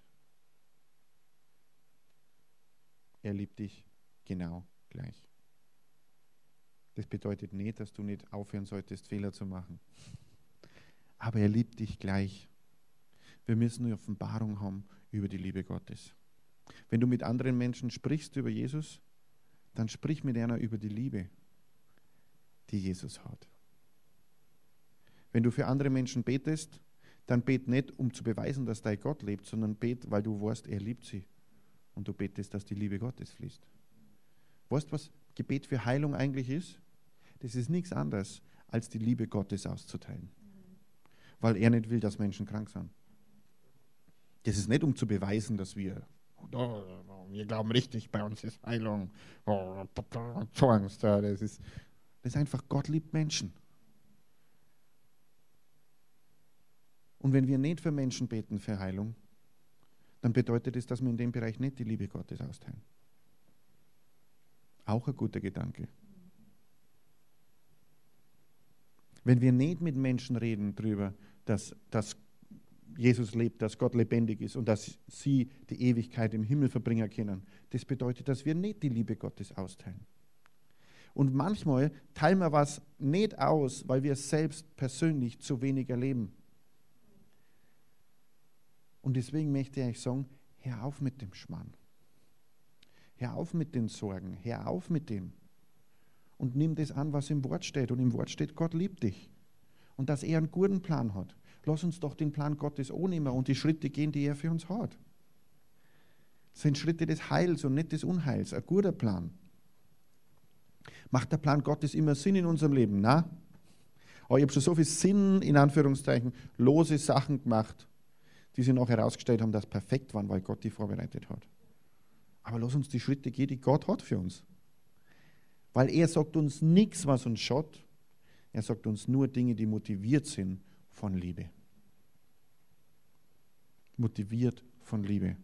A: Er liebt dich genau gleich. Das bedeutet nicht, dass du nicht aufhören solltest, Fehler zu machen. Aber er liebt dich gleich. Wir müssen eine Offenbarung haben über die Liebe Gottes. Wenn du mit anderen Menschen sprichst über Jesus, dann sprich mit einer über die Liebe, die Jesus hat. Wenn du für andere Menschen betest, dann bet nicht, um zu beweisen, dass dein Gott lebt, sondern bet, weil du weißt, er liebt sie. Und du betest, dass die Liebe Gottes fließt. Weißt du, was Gebet für Heilung eigentlich ist? Das ist nichts anderes, als die Liebe Gottes auszuteilen. Weil er nicht will, dass Menschen krank sind. Das ist nicht, um zu beweisen, dass wir, oh, wir glauben richtig, bei uns ist Heilung. Oh, das ist, das ist einfach, Gott liebt Menschen. Und wenn wir nicht für Menschen beten, für Heilung, dann bedeutet es, dass wir in dem Bereich nicht die Liebe Gottes austeilen. Auch ein guter Gedanke. Wenn wir nicht mit Menschen reden darüber, dass, dass Jesus lebt, dass Gott lebendig ist und dass sie die Ewigkeit im Himmel verbringen können, das bedeutet, dass wir nicht die Liebe Gottes austeilen. Und manchmal teilen wir was nicht aus, weil wir es selbst persönlich zu wenig erleben. Und deswegen möchte ich euch sagen, hör auf mit dem Schmarrn. Hör auf mit den Sorgen, hör auf mit dem. Und nimm das an, was im Wort steht. Und im Wort steht, Gott liebt dich. Und dass er einen guten Plan hat. Lass uns doch den Plan Gottes annehmen und die Schritte gehen, die er für uns hat. Das sind Schritte des Heils und nicht des Unheils. Ein guter Plan. Macht der Plan Gottes immer Sinn in unserem Leben? Nein. Aber ich habe schon so viel Sinn, in Anführungszeichen, lose Sachen gemacht, die sie noch herausgestellt haben, dass perfekt waren, weil Gott die vorbereitet hat. Aber lass uns die Schritte gehen, die Gott hat für uns. Weil er sagt uns nichts, was uns schaut. Er sagt uns nur Dinge, die motiviert sind von Liebe. Motiviert von Liebe.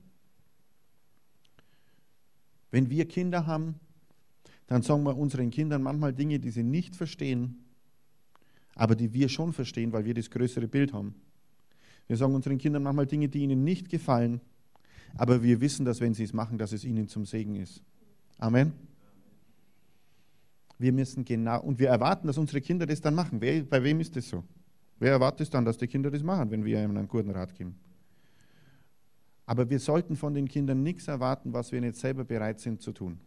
A: Wenn wir Kinder haben, dann sagen wir unseren Kindern manchmal Dinge, die sie nicht verstehen, aber die wir schon verstehen, weil wir das größere Bild haben. Wir sagen unseren Kindern manchmal Dinge, die ihnen nicht gefallen, aber wir wissen, dass wenn sie es machen, dass es ihnen zum Segen ist. Amen. Wir müssen genau, und wir erwarten, dass unsere Kinder das dann machen. Wer, bei wem ist das so? Wer erwartet es dann, dass die Kinder das machen, wenn wir ihnen einen guten Rat geben? Aber wir sollten von den Kindern nichts erwarten, was wir nicht selber bereit sind zu tun.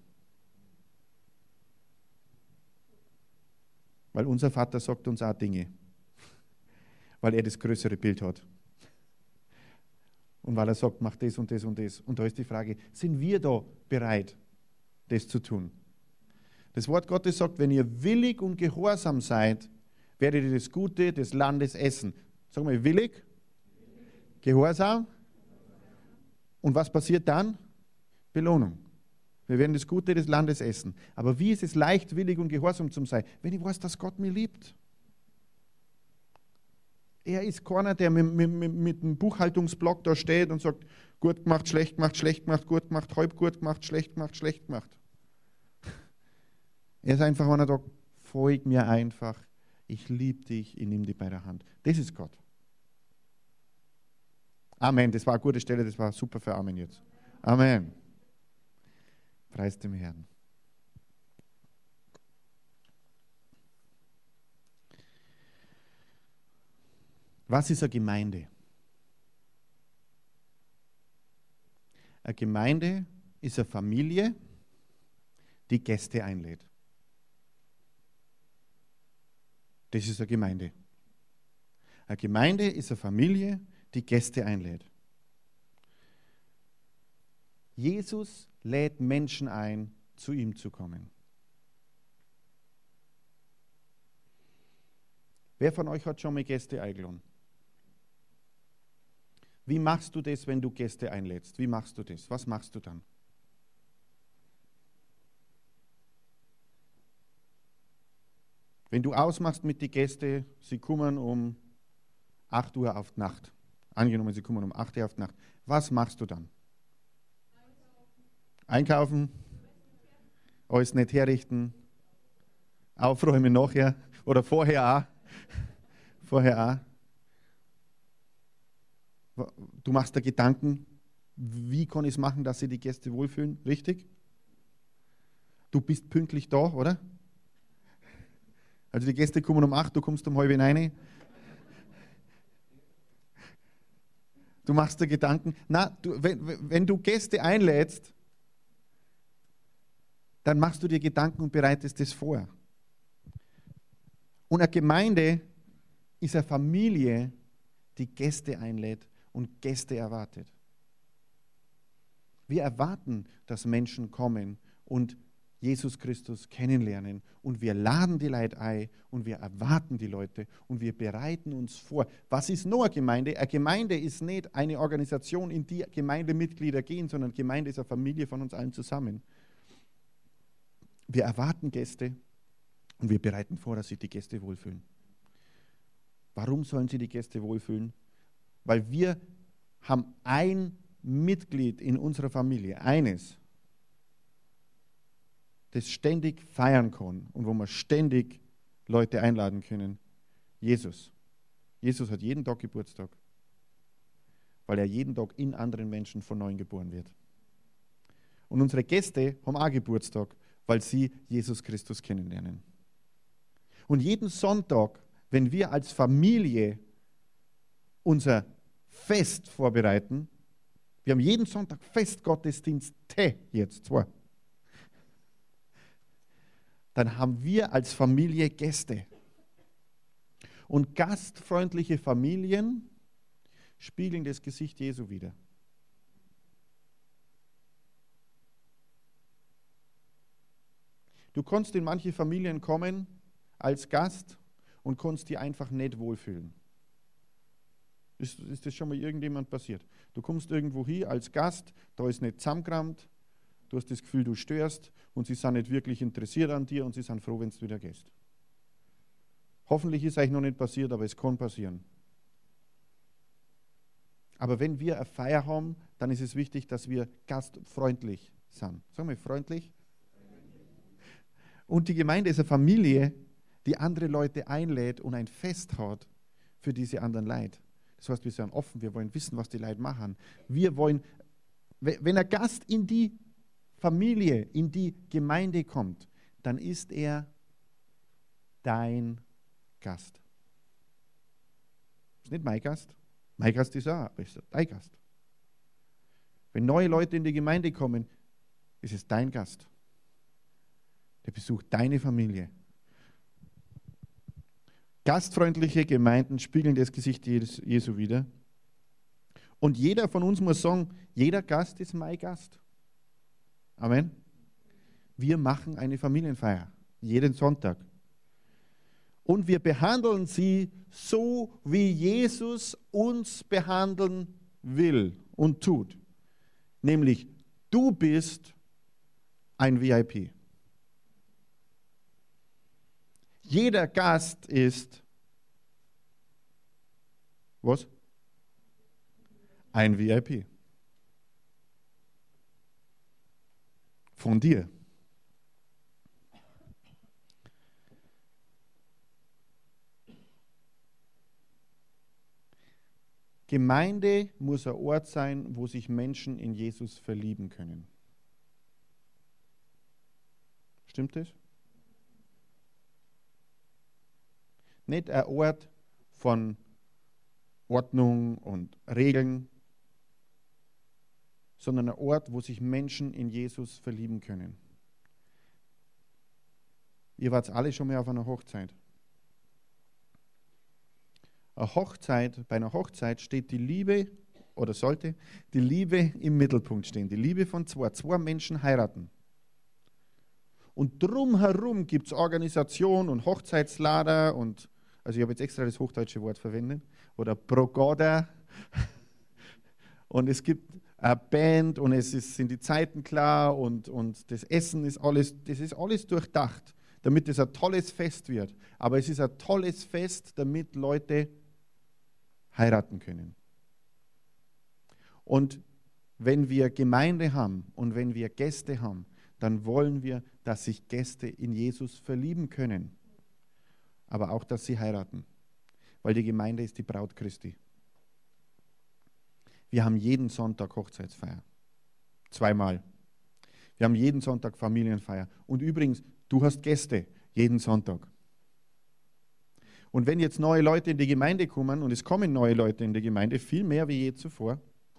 A: Weil unser Vater sagt uns auch Dinge, weil er das größere Bild hat. Und weil er sagt, mach das und das und das. Und da ist die Frage, sind wir da bereit, das zu tun? Das Wort Gottes sagt, wenn ihr willig und gehorsam seid, werdet ihr das Gute des Landes essen. Sag mal, willig, gehorsam. Und was passiert dann? Belohnung. Wir werden das Gute des Landes essen. Aber wie ist es leicht, willig und gehorsam zu sein, wenn ich weiß, dass Gott mich liebt? Er ist keiner, der mit, mit, mit, mit einem Buchhaltungsblock da steht und sagt, gut gemacht, schlecht gemacht, schlecht gemacht, gut gemacht, halb gut gemacht, schlecht gemacht, schlecht gemacht. Er ist einfach einer, der sagt, folg mir einfach, ich liebe dich, ich nehme dich bei der Hand. Das ist Gott. Amen, das war eine gute Stelle, das war super für Amen jetzt. Amen. Preis dem Herrn. Was ist eine Gemeinde? Eine Gemeinde ist eine Familie, die Gäste einlädt. Das ist eine Gemeinde. Eine Gemeinde ist eine Familie, die Gäste einlädt. Jesus lädt Menschen ein, zu ihm zu kommen. Wer von euch hat schon mal Gäste eingeladen? Wie machst du das, wenn du Gäste einlädst? Wie machst du das? Was machst du dann? Wenn du ausmachst mit den Gästen, sie kommen um acht Uhr auf die Nacht. Angenommen, sie kommen um acht Uhr auf die Nacht. Was machst du dann? Einkaufen, alles nicht herrichten, aufräumen nachher oder vorher auch. Vorher auch. Du machst dir Gedanken, wie kann ich es machen, dass sich die Gäste wohlfühlen, richtig? Du bist pünktlich da, oder? Also die Gäste kommen um acht, du kommst um halb rein. Du machst dir Gedanken. Na, du, wenn, wenn du Gäste einlädst, dann machst du dir Gedanken und bereitest das vor. Und eine Gemeinde ist eine Familie, die Gäste einlädt und Gäste erwartet. Wir erwarten, dass Menschen kommen und Jesus Christus kennenlernen und wir laden die Leute ein und wir erwarten die Leute und wir bereiten uns vor. Was ist noch eine Gemeinde? Eine Gemeinde ist nicht eine Organisation, in die Gemeindemitglieder gehen, sondern Gemeinde ist eine Familie von uns allen zusammen. Wir erwarten Gäste und wir bereiten vor, dass sich die Gäste wohlfühlen. Warum sollen sie die Gäste wohlfühlen? Weil wir haben ein Mitglied in unserer Familie, eines, das ständig feiern kann und wo wir ständig Leute einladen können. Jesus. Jesus hat jeden Tag Geburtstag, weil er jeden Tag in anderen Menschen von neuem geboren wird. Und unsere Gäste haben auch Geburtstag, weil sie Jesus Christus kennenlernen. Und jeden Sonntag, wenn wir als Familie unser Fest vorbereiten, wir haben jeden Sonntag Festgottesdienste, jetzt zwei, dann haben wir als Familie Gäste. Und gastfreundliche Familien spiegeln das Gesicht Jesu wider. Du kannst in manche Familien kommen als Gast und kannst dich einfach nicht wohlfühlen. Ist, ist das schon mal irgendjemand passiert? Du kommst irgendwo hin als Gast, da ist nicht zusammengerammt, du hast das Gefühl, du störst und sie sind nicht wirklich interessiert an dir und sie sind froh, wenn du wieder gehst. Hoffentlich ist es euch noch nicht passiert, aber es kann passieren. Aber wenn wir eine Feier haben, dann ist es wichtig, dass wir gastfreundlich sind. Sagen wir freundlich? Und die Gemeinde ist eine Familie, die andere Leute einlädt und ein Fest hat für diese anderen Leute. Das heißt, wir sind offen, wir wollen wissen, was die Leute machen. Wir wollen, wenn ein Gast in die Familie, in die Gemeinde kommt, dann ist er dein Gast. Ist nicht mein Gast. Mein Gast ist auch, aber ist dein Gast. Wenn neue Leute in die Gemeinde kommen, ist es dein Gast. Der besucht deine Familie. Gastfreundliche Gemeinden spiegeln das Gesicht Jesu wider. Und jeder von uns muss sagen, jeder Gast ist mein Gast. Amen. Wir machen eine Familienfeier, jeden Sonntag. Und wir behandeln sie so, wie Jesus uns behandeln will und tut. Nämlich, du bist ein V I P. Jeder Gast ist, was? Ein V I P. Von dir. Gemeinde muss ein Ort sein, wo sich Menschen in Jesus verlieben können. Stimmt das? Nicht ein Ort von Ordnung und Regeln, sondern ein Ort, wo sich Menschen in Jesus verlieben können. Ihr wart alle schon mal auf einer Hochzeit. Eine Hochzeit, bei einer Hochzeit steht die Liebe, oder sollte die Liebe im Mittelpunkt stehen. Die Liebe von zwei. Zwei Menschen heiraten. Und drumherum gibt es Organisation und Hochzeitslader und, also ich habe jetzt extra das hochdeutsche Wort verwendet, oder Progoda. Und es gibt eine Band und es ist, sind die Zeiten klar und, und das Essen ist alles, das ist alles durchdacht, damit es ein tolles Fest wird. Aber es ist ein tolles Fest, damit Leute heiraten können. Und wenn wir Gemeinde haben und wenn wir Gäste haben, dann wollen wir, dass sich Gäste in Jesus verlieben können. Aber auch, dass sie heiraten. Weil die Gemeinde ist die Braut Christi. Wir haben jeden Sonntag Hochzeitsfeier. Zweimal. Wir haben jeden Sonntag Familienfeier. Und übrigens, du hast Gäste jeden Sonntag. Und wenn jetzt neue Leute in die Gemeinde kommen, und es kommen neue Leute in die Gemeinde, viel mehr wie je zuvor,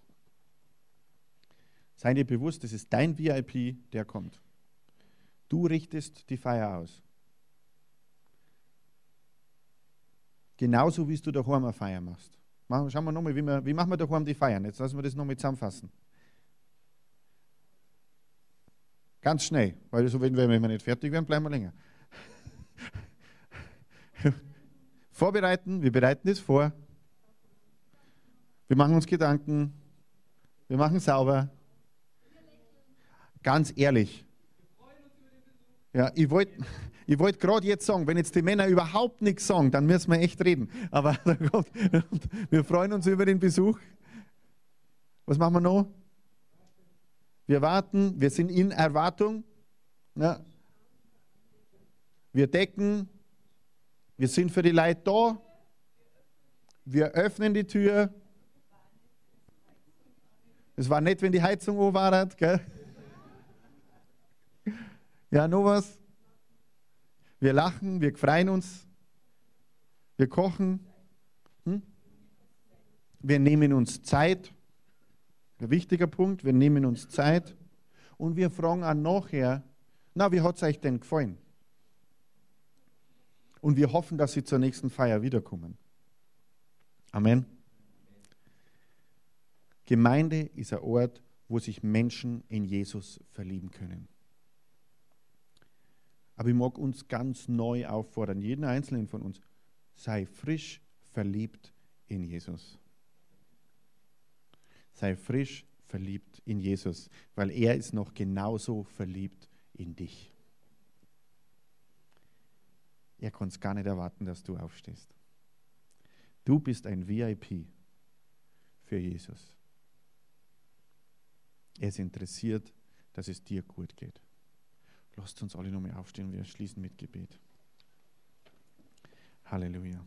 A: sei dir bewusst, das ist dein V I P, der kommt. Du richtest die Feier aus. Genauso wie du daheim eine Feier machst. Machen, schauen wir nochmal, wie, wir, wie machen wir daheim die Feiern. Jetzt lassen wir das nochmal zusammenfassen. Ganz schnell, weil so, wenn wir nicht fertig werden, bleiben wir länger. Vorbereiten, wir bereiten es vor. Wir machen uns Gedanken. Wir machen sauber. Ganz ehrlich. Ja, ich wollte ich wollt gerade jetzt sagen, wenn jetzt die Männer überhaupt nichts sagen, dann müssen wir echt reden. Aber wir freuen uns über den Besuch. Was machen wir noch? Wir warten, wir sind in Erwartung. Ja. Wir decken, wir sind für die Leute da. Wir öffnen die Tür. Es war nett, wenn die Heizung an war, gell? Ja, noch was? Wir lachen, wir freuen uns. Wir kochen. Hm? Wir nehmen uns Zeit. Ein wichtiger Punkt, wir nehmen uns Zeit. Und wir fragen auch nachher, na, wie hat es euch denn gefallen? Und wir hoffen, dass sie zur nächsten Feier wiederkommen. Amen. Gemeinde ist ein Ort, wo sich Menschen in Jesus verlieben können. Aber ich mag uns ganz neu auffordern, jeden Einzelnen von uns, sei frisch verliebt in Jesus. Sei frisch verliebt in Jesus, weil er ist noch genauso verliebt in dich. Er kann es gar nicht erwarten, dass du aufstehst. Du bist ein V I P für Jesus. Er ist interessiert, dass es dir gut geht. Lasst uns alle nochmal aufstehen, wir schließen mit Gebet. Halleluja.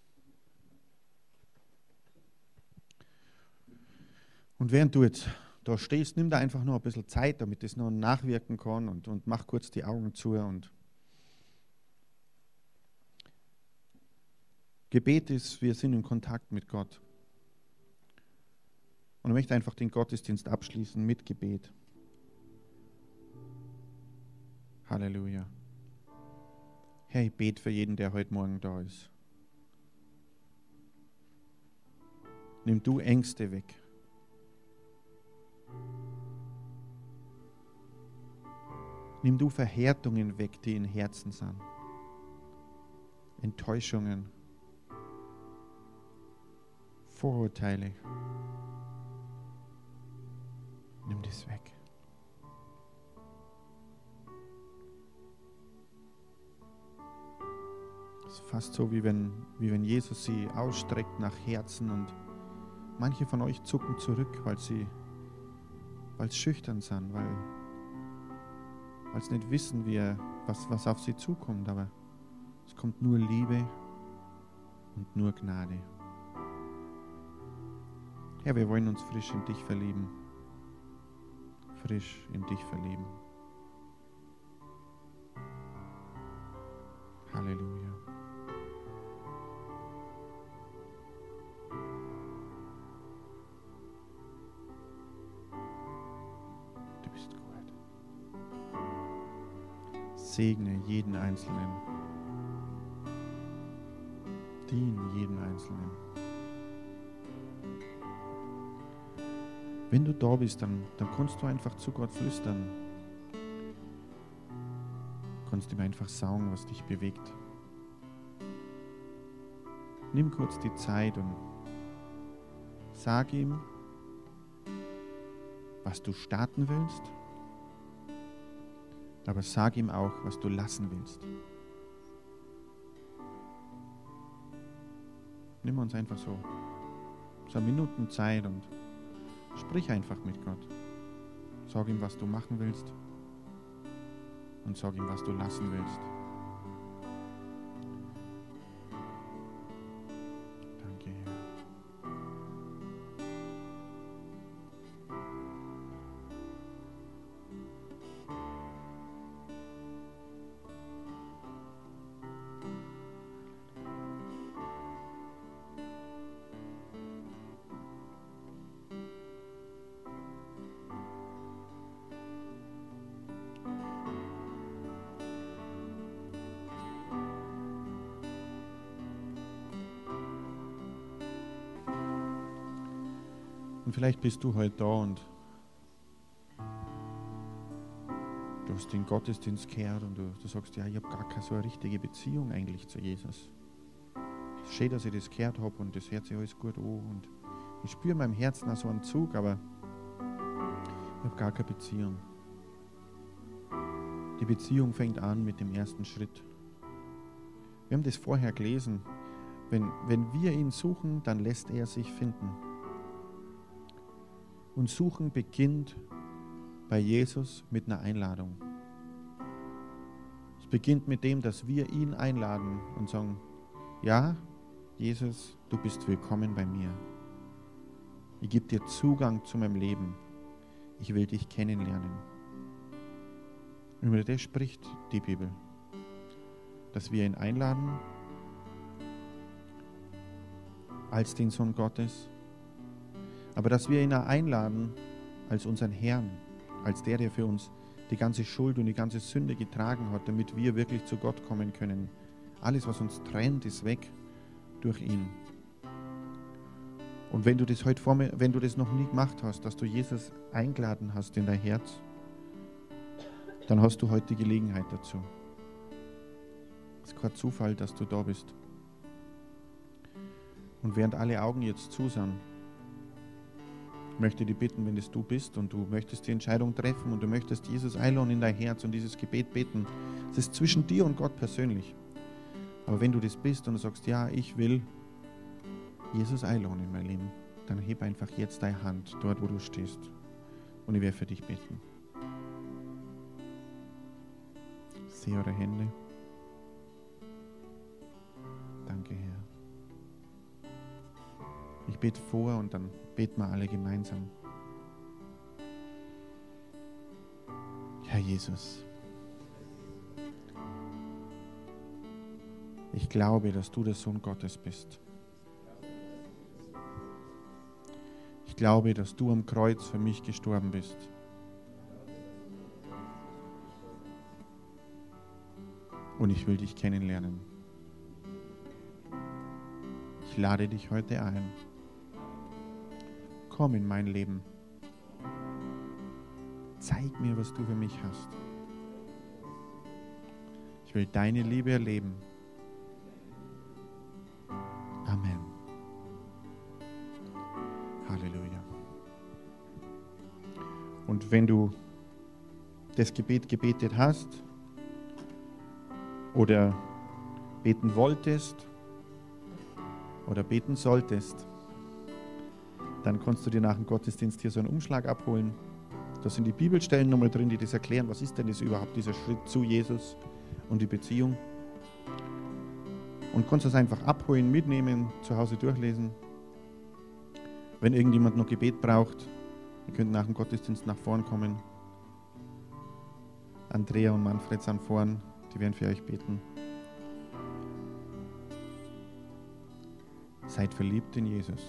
A: Und während du jetzt da stehst, nimm da einfach noch ein bisschen Zeit, damit es noch nachwirken kann und, und mach kurz die Augen zu. Und Gebet ist, wir sind in Kontakt mit Gott. Und ich möchte einfach den Gottesdienst abschließen mit Gebet. Halleluja. Herr, ich bete für jeden, der heute Morgen da ist. Nimm du Ängste weg. Nimm du Verhärtungen weg, die in Herzen sind. Enttäuschungen. Vorurteile. Nimm das weg. Es ist fast so, wie wenn, wie wenn Jesus sie ausstreckt nach Herzen und manche von euch zucken zurück, weil sie weil sie schüchtern sind, weil, weil sie nicht wissen, wie er, was, was auf sie zukommt. Aber es kommt nur Liebe und nur Gnade. Herr, wir wollen uns frisch in dich verlieben. Frisch in dich verlieben. Halleluja. Du bist gut. Segne jeden Einzelnen. Dien jeden Einzelnen. Wenn du da bist, dann, dann kannst du einfach zu Gott flüstern. Kannst ihm einfach sagen, was dich bewegt. Nimm kurz die Zeit und sag ihm, was du starten willst, aber sag ihm auch, was du lassen willst. Nimm uns einfach so, so Minuten Zeit und sprich einfach mit Gott. Sag ihm, was du machen willst und sag ihm, was du lassen willst. Danke, Herr. Und vielleicht bist du heute da und du hast den Gottesdienst gehört und du, du sagst, ja, ich habe gar keine so eine richtige Beziehung eigentlich zu Jesus. Es ist schön, dass ich das gehört habe und das hört sich alles gut an und ich spüre in meinem Herzen auch so einen Zug, aber ich habe gar keine Beziehung. Die Beziehung fängt an mit dem ersten Schritt. Wir haben das vorher gelesen. Wenn, wenn wir ihn suchen, dann lässt er sich finden. Und Suchen beginnt bei Jesus mit einer Einladung. Es beginnt mit dem, dass wir ihn einladen und sagen, ja, Jesus, du bist willkommen bei mir. Ich gebe dir Zugang zu meinem Leben. Ich will dich kennenlernen. Und über das spricht die Bibel, dass wir ihn einladen als den Sohn Gottes, aber dass wir ihn auch einladen als unseren Herrn, als der, der für uns die ganze Schuld und die ganze Sünde getragen hat, damit wir wirklich zu Gott kommen können. Alles, was uns trennt, ist weg durch ihn. Und wenn du das heute vor mir, wenn du das noch nie gemacht hast, dass du Jesus eingeladen hast in dein Herz, dann hast du heute die Gelegenheit dazu. Es ist kein Zufall, dass du da bist. Und während alle Augen jetzt zu sind, möchte ich dich bitten, wenn das du bist und du möchtest die Entscheidung treffen und du möchtest Jesus einladen in dein Herz und dieses Gebet beten. Es ist zwischen dir und Gott persönlich. Aber wenn du das bist und du sagst, ja, ich will Jesus einladen in mein Leben, dann heb einfach jetzt deine Hand dort, wo du stehst. Und ich werde für dich beten. Ich sehe eure Hände. Danke, Herr. Ich bete vor und dann beten wir alle gemeinsam. Herr Jesus, ich glaube, dass du der Sohn Gottes bist. Ich glaube, dass du am Kreuz für mich gestorben bist. Und ich will dich kennenlernen. Ich lade dich heute ein. Komm in mein Leben. Zeig mir, was du für mich hast. Ich will deine Liebe erleben. Amen. Halleluja. Und wenn du das Gebet gebetet hast oder beten wolltest oder beten solltest, dann kannst du dir nach dem Gottesdienst hier so einen Umschlag abholen. Da sind die Bibelstellen nochmal drin, die das erklären, was ist denn das überhaupt, dieser Schritt zu Jesus und die Beziehung. Und kannst das einfach abholen, mitnehmen, zu Hause durchlesen. Wenn irgendjemand noch Gebet braucht, ihr könnt nach dem Gottesdienst nach vorn kommen. Andrea und Manfred sind vorn, die werden für euch beten. Seid verliebt in Jesus.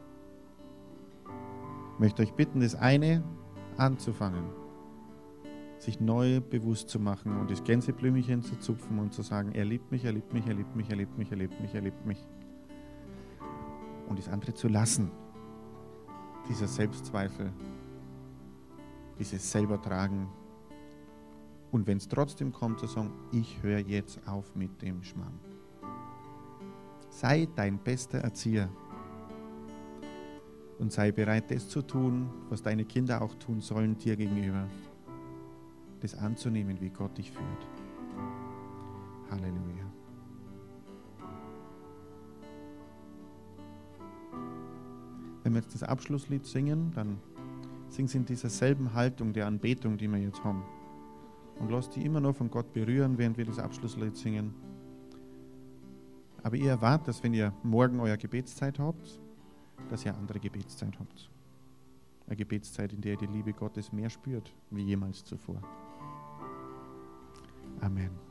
A: Ich möchte euch bitten, das eine anzufangen, sich neu bewusst zu machen und das Gänseblümchen zu zupfen und zu sagen, er liebt mich, er liebt mich, er liebt mich, er liebt mich, er liebt mich, er liebt mich. Und das andere zu lassen, dieser Selbstzweifel, dieses Selbertragen. Und wenn es trotzdem kommt, zu sagen, ich höre jetzt auf mit dem Schmarrn. Sei dein bester Erzieher und sei bereit, das zu tun, was deine Kinder auch tun sollen dir gegenüber. Das anzunehmen, wie Gott dich führt. Halleluja. Wenn wir jetzt das Abschlusslied singen, dann singen sie in dieser selben Haltung der Anbetung, die wir jetzt haben. Und lasst die immer noch von Gott berühren, während wir das Abschlusslied singen. Aber ihr erwartet, dass wenn ihr morgen eure Gebetszeit habt, dass ihr andere Gebetszeit habt. Eine Gebetszeit, in der ihr die Liebe Gottes mehr spürt, wie jemals zuvor. Amen.